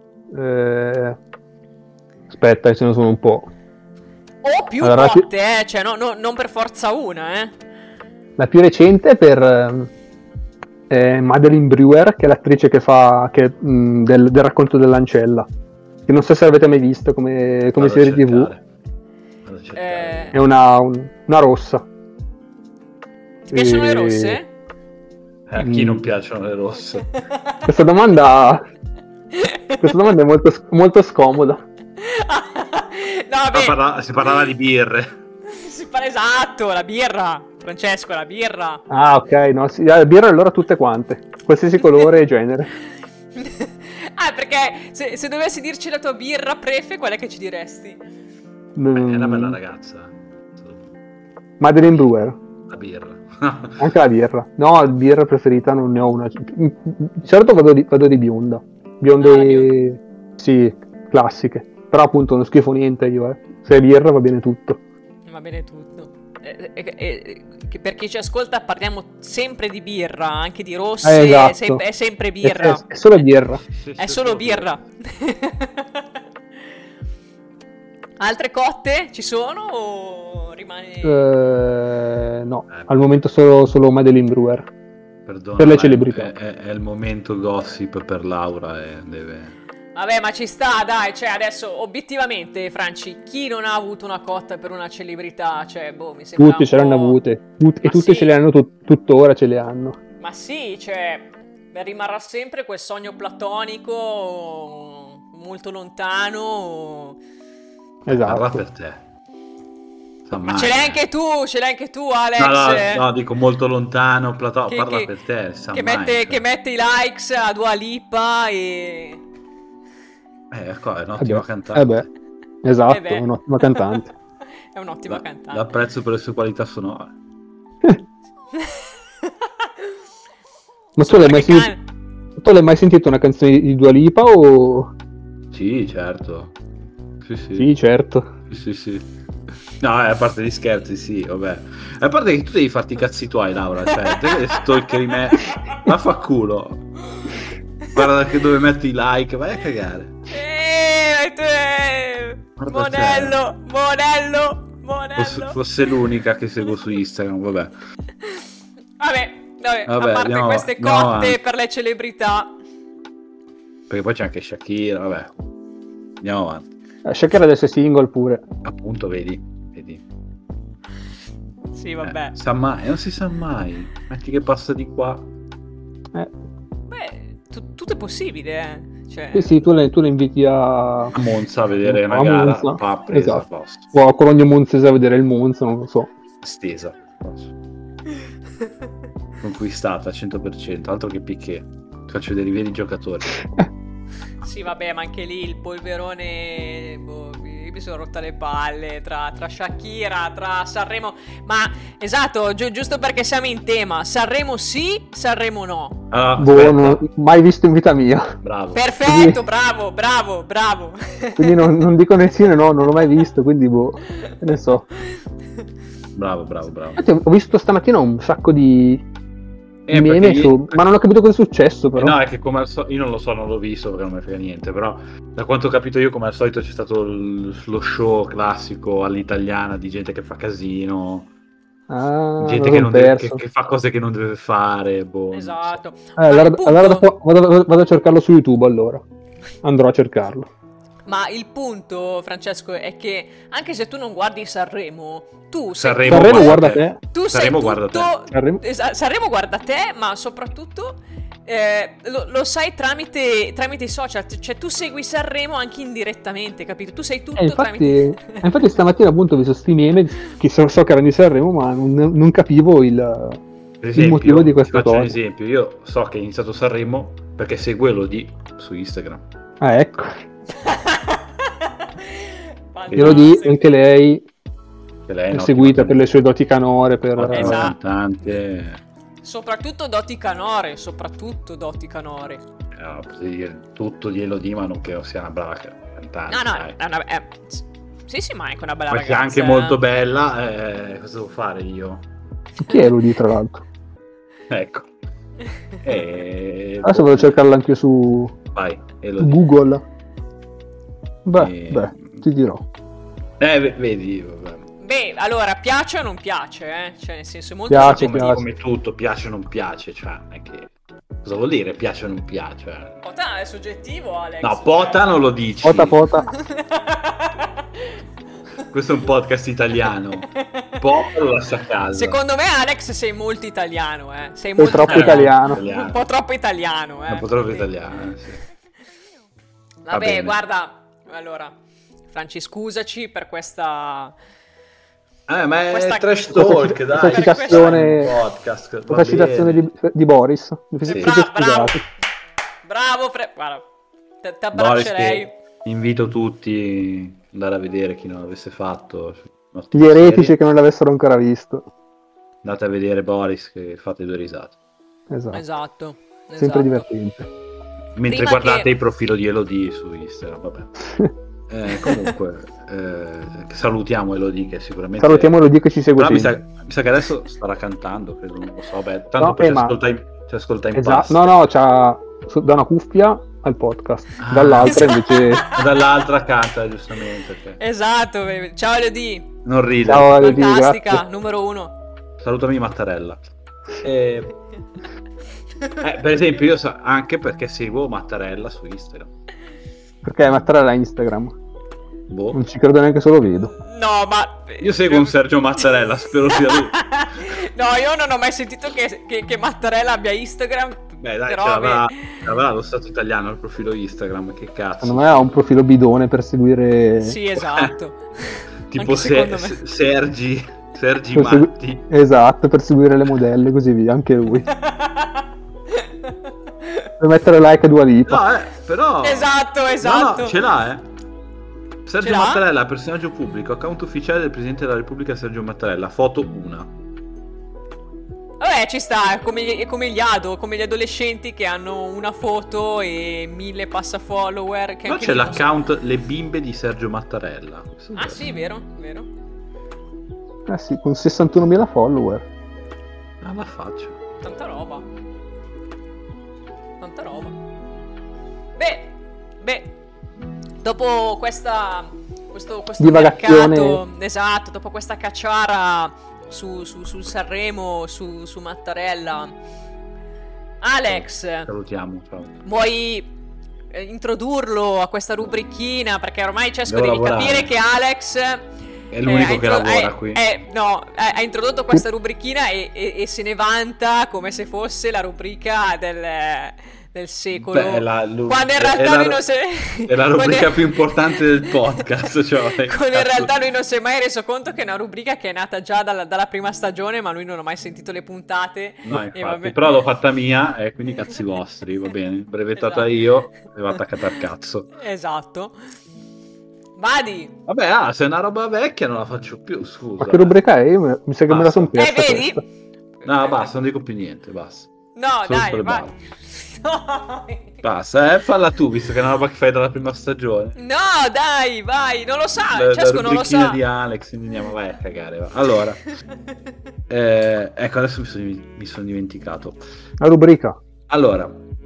Aspetta, ce ne sono un po'. O più Allora, cotte, cioè non per forza una, La più recente per Madeleine Brewer, che è l'attrice che fa del racconto dell'ancella. Che non so se l'avete mai visto come Vado a serie TV. cercare. Vado a cercare. È una rossa. Ti piacciono le E- rosse? A chi non piacciono le rosse? Questa domanda è molto, molto scomoda. No, vabbè. Si parlava di birre. Esatto, la birra. Francesco, la birra. Ah, ok, no, sì, birra allora tutte quante, qualsiasi colore e genere. Ah, perché se dovessi dirci la tua birra prefe, qual è che ci diresti? È una bella ragazza. Madeleine Brewer, La birra. anche la birra. No, la birra preferita non ne ho una. Di solito vado di bionda. Bionde, sì, classiche. Però appunto non schifo niente io, Se è birra va bene tutto. Va bene tutto. Che per chi ci ascolta parliamo sempre di birra, anche di rosse, Esatto. è sempre birra. È solo birra. È solo birra. Altre cotte ci sono o rimane... No, al momento solo Madeleine Brewer. Perdona, Per le ma celebrità. È il momento gossip per Laura e deve... Vabbè, ma ci sta, dai, cioè adesso obiettivamente, Franci, chi non ha avuto una cotta per una celebrità? Cioè, boh, mi sembra Tutti un ce l'hanno po'... avute. E Ma tutti sì. ce le hanno, tuttora ce le hanno. Ma sì, cioè, rimarrà sempre quel sogno platonico molto lontano. Parla Esatto. per te. Ma ce l'hai anche tu, Alex. No, dico molto lontano, Che- parla che- per te. Sa Che mai, mette, cioè. che mette i likes a Dua Lipa e... Ecco, è un'ottima cantante. Esatto, beh. è un'ottima cantante. È un'ottima cantante. L'apprezzo per le sue qualità sonore. Ma Solo perché tu l'hai mai sentito una canzone di Dua Lipa o... Sì, certo. Sì. Sì, certo. Sì. No, a parte gli scherzi, sì, vabbè. A parte che tu devi farti i cazzi tuoi, Laura. Cioè, te che stalkeri me. Ma fa culo. Guarda che dove metti i like, vai a cagare. Guarda, Monello. Fosse l'unica che seguo su Instagram, vabbè. Vabbè, a Vabbè, parte queste andiamo cotte avanti. per le celebrità. Perché poi c'è anche Shakira, vabbè. Andiamo avanti. Shakira adesso è single pure. Appunto, vedi. Sì, vabbè. Sa mai, non si sa mai. Metti che passa di qua. Beh, tutto è possibile, Cioè... Sì, tu le inviti a Monza a vedere una a gara, Monza. va presa Esatto. a posto. O a Cologno Monzese a vedere il Monza, non lo so. Stesa. Conquistata al 100%, altro che Piqué. Ti faccio vedere i veri giocatori. Sì, vabbè, ma anche lì il polverone, boh, mi sono rotta le palle tra Shakira, tra Sanremo. Ma esatto, giusto perché siamo in tema, Sanremo sì, Sanremo no. Ah, Boh, aspetta. non ho mai visto in vita mia. Bravo. Perfetto, bravo. Quindi non dico né sì né no, non l'ho mai visto, quindi boh, che ne so. Bravo. Infatti, ho visto stamattina un sacco di meme perché ma non ho capito cosa è successo però. No, è che come al solito, io non lo so, non l'ho visto perché non mi frega niente, però da quanto ho capito io, come al solito, c'è stato lo show classico all'italiana di gente che fa casino, Ah, gente l'ho che, non deve, perso. che fa cose che non deve fare, boh. non so. Esatto. Allora Ma il punto- dopo vado a cercarlo su YouTube allora. Andrò a cercarlo. Ma il punto, Francesco, è che anche se tu non guardi Sanremo, tu sei Sanremo Sanremo guarda guarda te. tu sei Sanremo guarda tutto... Sanremo- Sanremo guarda te, ma soprattutto lo sai tramite i social, cioè tu segui Sanremo anche indirettamente, capito? Tu sei tutto tramite... infatti stamattina appunto ho visto sti meme che so che erano di Sanremo, ma non capivo Per il motivo di questa ti faccio un cosa. esempio, io so che è iniziato Sanremo perché segue Elodie su Instagram. Ah, ecco. Fantastico. Elodie, anche lei Che lei è un'ottima seguita per le sue doti canore, per... ottima Esatto. cantante. Soprattutto doti canore, Potrei dire tutto di Elodie, ma non che sia una brava cantante. No, dai. è una... sì, ma è anche una bella Ma che è ragazza. anche molto bella, cosa devo fare io? Chi è Elodie, tra l'altro? Ecco. Adesso vado a cercarla anche su Vai, su Elodie. Google. Beh, ti dirò. Vedi, vabbè. Beh, allora, piace o non piace, Cioè, nel senso, è molto Piace, soggettivo. piace. Come tutto, piace o non piace, cioè, non è che... Cosa vuol dire piace o non piace? Pota è soggettivo, Alex. No, pota non lo dici. Pota. Questo è un podcast italiano. Pota lo lascia a casa. Secondo me, Alex, sei molto italiano, Sei Sei molto troppo italiano. Un po' troppo italiano, Un po' troppo italiano, sì. Va Vabbè, bene. guarda, allora, Franci, scusaci per questa... Ma è Questa- trash questa talk, ci- dai. questa citazione- Podcast, va Questa citazione bene. di Boris. Sì. Siete Bravo, scusati. bravo, guarda, ti Boris, abbraccerei. che invito tutti ad andare a vedere chi non l'avesse fatto. Gli eretici che non l'avessero ancora visto. Andate a vedere Boris che fate due risate. Esatto. Sempre divertente. Mentre Prima guardate che- il profilo di Elodie su Instagram, vabbè. Comunque, salutiamo Elodie che sicuramente... Salutiamo Elodie che ci segue Però sempre. mi sa che adesso starà cantando, credo, non lo so, vabbè, tanto No, poi ci ma- ascolta in Esatto. pass. No, da una cuffia al podcast. Ah. Dall'altra Esatto. invece... Dall'altra canta, giustamente. ok. Esatto, baby. Ciao Elodie, Non ride. Ciao Elodie, fantastica, grazie. numero 1. Salutami Mattarella. Per esempio, io so anche perché seguo Mattarella su Instagram. Perché Mattarella ha Instagram. Boh. Non ci credo neanche se lo vedo. No, ma... Io seguo un Sergio Mattarella, spero sia lui. No, io non ho mai sentito che Mattarella abbia Instagram. Beh, dai, però ce l'avrà lo Stato italiano il profilo Instagram, che cazzo. Secondo me ha un profilo bidone per seguire... Sì, esatto. Tipo Anche secondo me. Sergi per segui- Matti. Esatto, per seguire le modelle, così via, anche lui. Per mettere like a Dua Lipa. No, però... Esatto. No, ce l'ha, Sergio Ce l'ha? Mattarella, personaggio pubblico, account ufficiale del Presidente della Repubblica Sergio Mattarella, foto 1. Vabbè, ci sta, è come gli ado, come gli adolescenti che hanno una foto e 1000 passa follower. Che No, anche c'è lì non so- l'account Le Bimbe di Sergio Mattarella. Questo è Ah vero. sì, vero. Eh sì, con 61.000 follower. Ah, la faccio. Tanta roba. Beh, dopo questo Divagazione. mercato, esatto, dopo questa cacciara su Sanremo, su Mattarella, Alex, Salutiamo. Ciao. vuoi introdurlo a questa rubrichina? Perché ormai Cesco Devo devi lavorare. capire che Alex È l'unico ha che lavora qui. ha introdotto questa rubrichina e se ne vanta come se fosse la rubrica del secolo. Beh, quando in realtà lui non si è la rubrica più importante del podcast. Cioè, quando in realtà lui non si è mai reso conto che è una rubrica che è nata già dalla prima stagione, ma lui non ha mai sentito le puntate. No, E infatti, vabbè. però l'ho fatta mia e quindi cazzi vostri, va bene. Brevettata Esatto. io e va attaccata al cazzo. Esatto. Vadi. Vabbè, se è una roba vecchia non la faccio più, scusa. Ma che rubrica è? Io mi sa che me la son persa Vedi? questa. No, basta, non dico più niente, basta. No, Solo dai, per vai. Bari. No. Basta, falla tu, visto che è una roba che fai dalla prima stagione. No, dai, vai, non lo sa, La Cesco non lo rubrichina sa. di Alex, quindi andiamo, vai a cagare. Va. Allora, ecco, adesso mi sono dimenticato. La rubrica. Allora,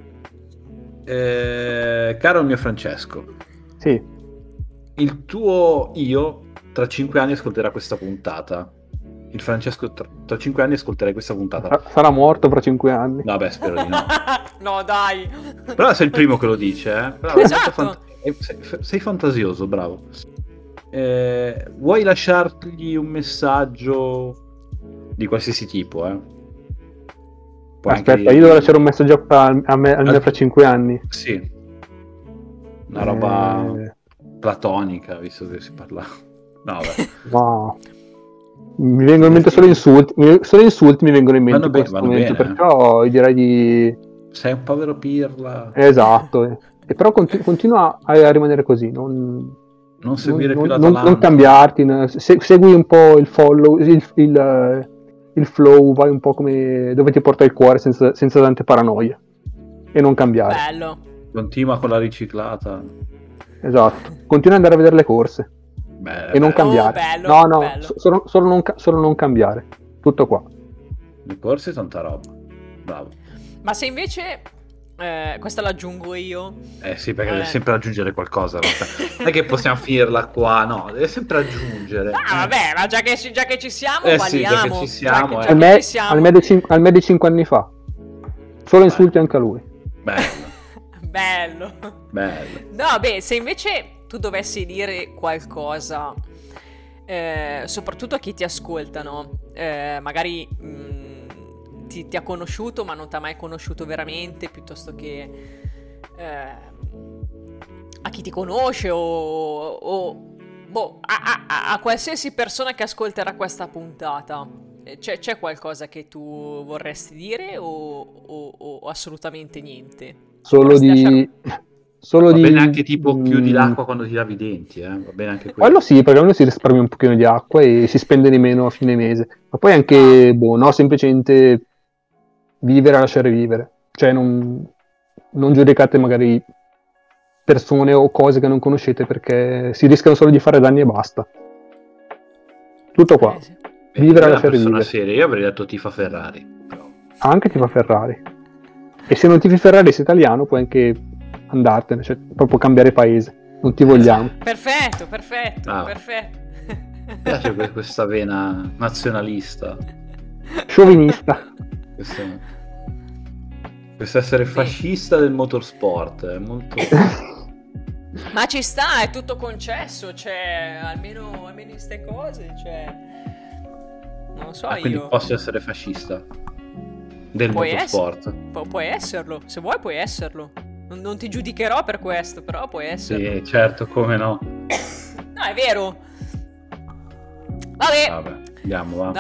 caro mio Francesco, Sì. il tuo io tra 5 anni ascolterà questa puntata. Il Francesco tra 5 anni ascolterai questa puntata. Sarà morto fra 5 anni. Vabbè, spero di no. No, dai. Però sei il primo che lo dice, Però Esatto. è Sei fantasioso, bravo. Vuoi lasciargli un messaggio di qualsiasi tipo, Puoi Aspetta, anche io devo lasciare un messaggio a me fra 5 anni. Sì. Una roba Eh, platonica, visto che si parla. No, vabbè. no. Mi vengono in mente solo insulti. Solo insulti mi vengono in mente in questo vanno momento. bene. Perciò io direi di. Sei un povero pirla. Esatto. E però continua a rimanere così. Non seguire più l'Atalanta. non cambiarti. Segui un po' il follow, il flow, vai un po' come dove ti porta il cuore senza tante paranoie. E non cambiare. Bello. Continua con la riciclata. Esatto. Continua ad andare a vedere le corse. E non cambiare. Bello, bello. Solo non cambiare. Tutto qua. Le corse tanta roba. Bravo. Ma se invece questa l'aggiungo io. Sì, perché deve sempre aggiungere qualcosa. Non è che possiamo finirla qua, no, deve sempre aggiungere. Vabbè, ma già che ci siamo, sì, già che ci siamo, Al me 5 anni fa. Solo insulti anche a lui. Bello. No, beh, se invece tu dovessi dire qualcosa, soprattutto a chi ti ascolta, no? Magari ti ha conosciuto ma non ti ha mai conosciuto veramente, piuttosto che a chi ti conosce o a qualsiasi persona che ascolterà questa puntata. C'è qualcosa che tu vorresti dire o assolutamente niente? Solo Va bene anche tipo chiudi l'acqua quando ti lavi i denti, va bene anche quello sì, perché uno si risparmia un pochino di acqua e si spende di meno a fine mese. Ma poi anche, semplicemente vivere e lasciare vivere. Cioè non giudicate magari persone o cose che non conoscete, perché si rischiano solo di fare danni e basta. Tutto qua. Sì. Vivere e lasciare vivere. Seria. Io avrei detto tifa Ferrari. Anche tifa Ferrari. E se non tifi Ferrari sei italiano, puoi anche andartene, cioè proprio cambiare paese. Non ti vogliamo. Perfetto. Mi piace questa vena nazionalista. Sciovinista. Questo essere fascista del motorsport è molto. Ma ci sta, è tutto concesso, cioè almeno in queste cose, cioè non lo so. Quindi posso essere fascista del motorsport. Puoi esserlo, se vuoi puoi esserlo. Non ti giudicherò per questo, però puoi esserlo. Sì, certo, come no. No, è vero. Vabbè, andiamo, va.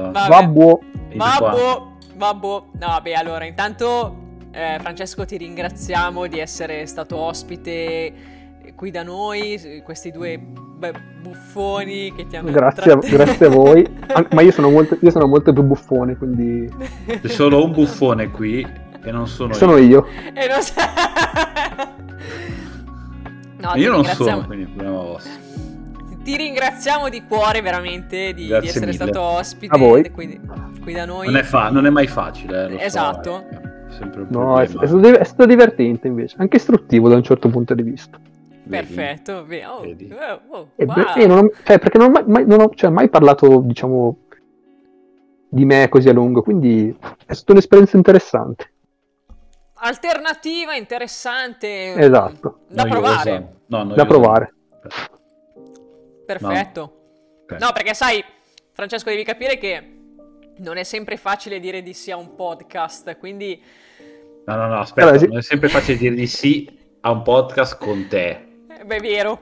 Vabbè. No, beh, allora, intanto Francesco, ti ringraziamo di essere stato ospite qui da noi, questi due buffoni che ti hanno grazie a voi. Ma io sono molto più buffone, quindi c'è solo un buffone qui e non sono io. E non no, io non sono, quindi problema vostro. Ti ringraziamo di cuore veramente di essere stato ospite a voi. Qui da noi. Non è mai facile, lo esatto. So, sempre un no, è stato divertente invece, anche istruttivo da un certo punto di vista. Perfetto. Perché non ho mai parlato, diciamo, di me così a lungo, quindi è stata un'esperienza interessante. Alternativa, interessante. Esatto. Da provare. Da provare. Perfetto. Okay. No, perché sai, Francesco, devi capire che non è sempre facile dire di sì a un podcast, quindi. No, aspetta, allora, non è sempre facile dire di sì a un podcast con te. Beh, è vero.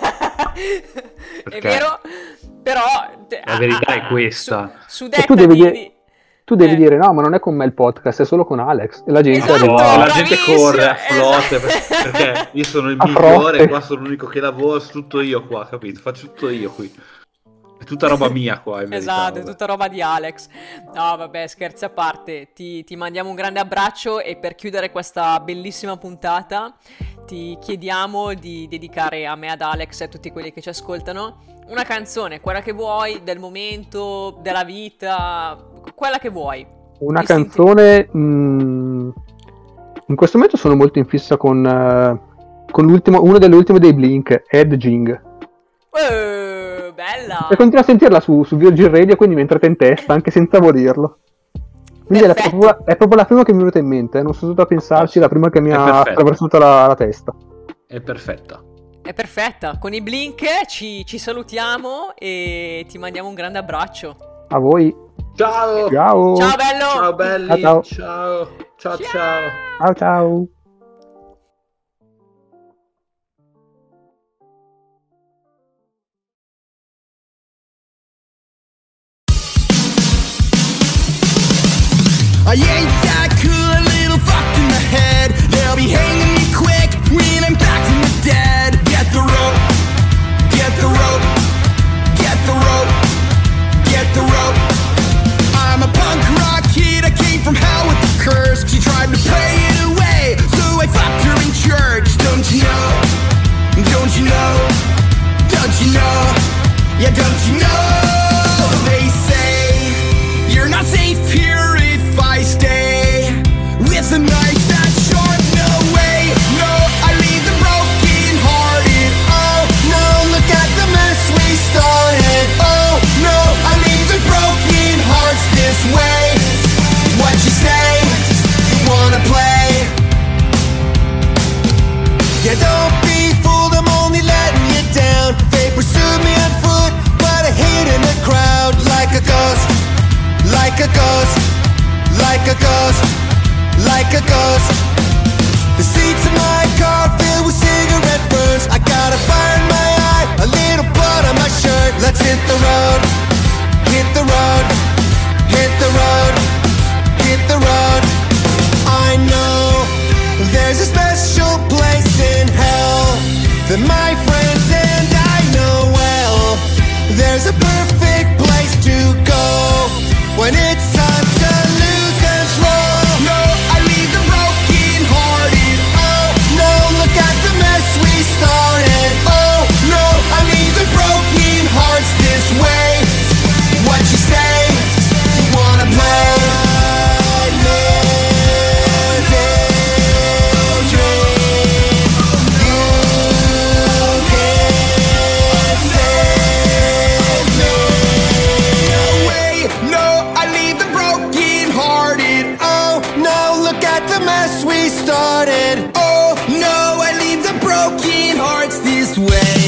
È vero, però la verità è questa. Tu devi dire no, ma non è con me il podcast, è solo con Alex. E la gente, la gente corre a flotte perché io sono il migliore, qua sono l'unico che lavora, tutto io qua, capito? Faccio tutto io qui. È tutta roba mia qua, esatto, è tutta roba di Alex. No, vabbè, scherzi a parte, ti mandiamo un grande abbraccio e per chiudere questa bellissima puntata ti chiediamo di dedicare a me, ad Alex e a tutti quelli che ci ascoltano una canzone, quella che vuoi, del momento, della vita, quella che vuoi. Una canzone. In questo momento sono molto in fissa con uno delle ultime dei Blink, Ed Jing. Bella! E continuo a sentirla su Virgin Radio, quindi mi è entrata in testa anche senza volerlo. Quindi è proprio la prima che mi è venuta in mente, non sono stato a pensarci, la prima che mi ha attraversato la testa. È perfetta. È perfetta, con i blink ci salutiamo e ti mandiamo un grande abbraccio. A voi. Ciao! Ciao. Ciao bello! Ciao belli! Ciao. Ciao! Ciao ciao! Ciao ciao. I ain't that cool, a little fucked in the head. They'll be hanging me quick when I'm back from the dead. Get the rope, get the rope, get the rope, get the rope. I'm a punk rock kid, I came from hell with the curse. She tried to pray it away, so I fucked her in church. Don't you know, don't you know, don't you know, yeah, don't you know. They say you're not safe here if I stay with a knife that's sharp. No way, no, I leave them broken hearted. Oh no, look at the mess we started. Oh no, I leave the broken hearts this way. What you say, you wanna play? Yeah, don't be fooled, I'm only letting you down. They pursued me on foot, but I hid in the crowd like a ghost, like a ghost, like a ghost, like a ghost. The seats in my car filled with cigarette burns. I got a fire in my eye, a little blood on my shirt. Let's hit the road, hit the road, hit the road, hit the road. I know there's a special place in hell that my friends and I know well. There's a perfect place to go when it's time to lose control. No, I leave the broken hearted. Oh no, look at the mess we started. Oh no, I leave the broken hearts this way. What you say, you wanna play? We started. Oh no, I leave the broken hearts this way.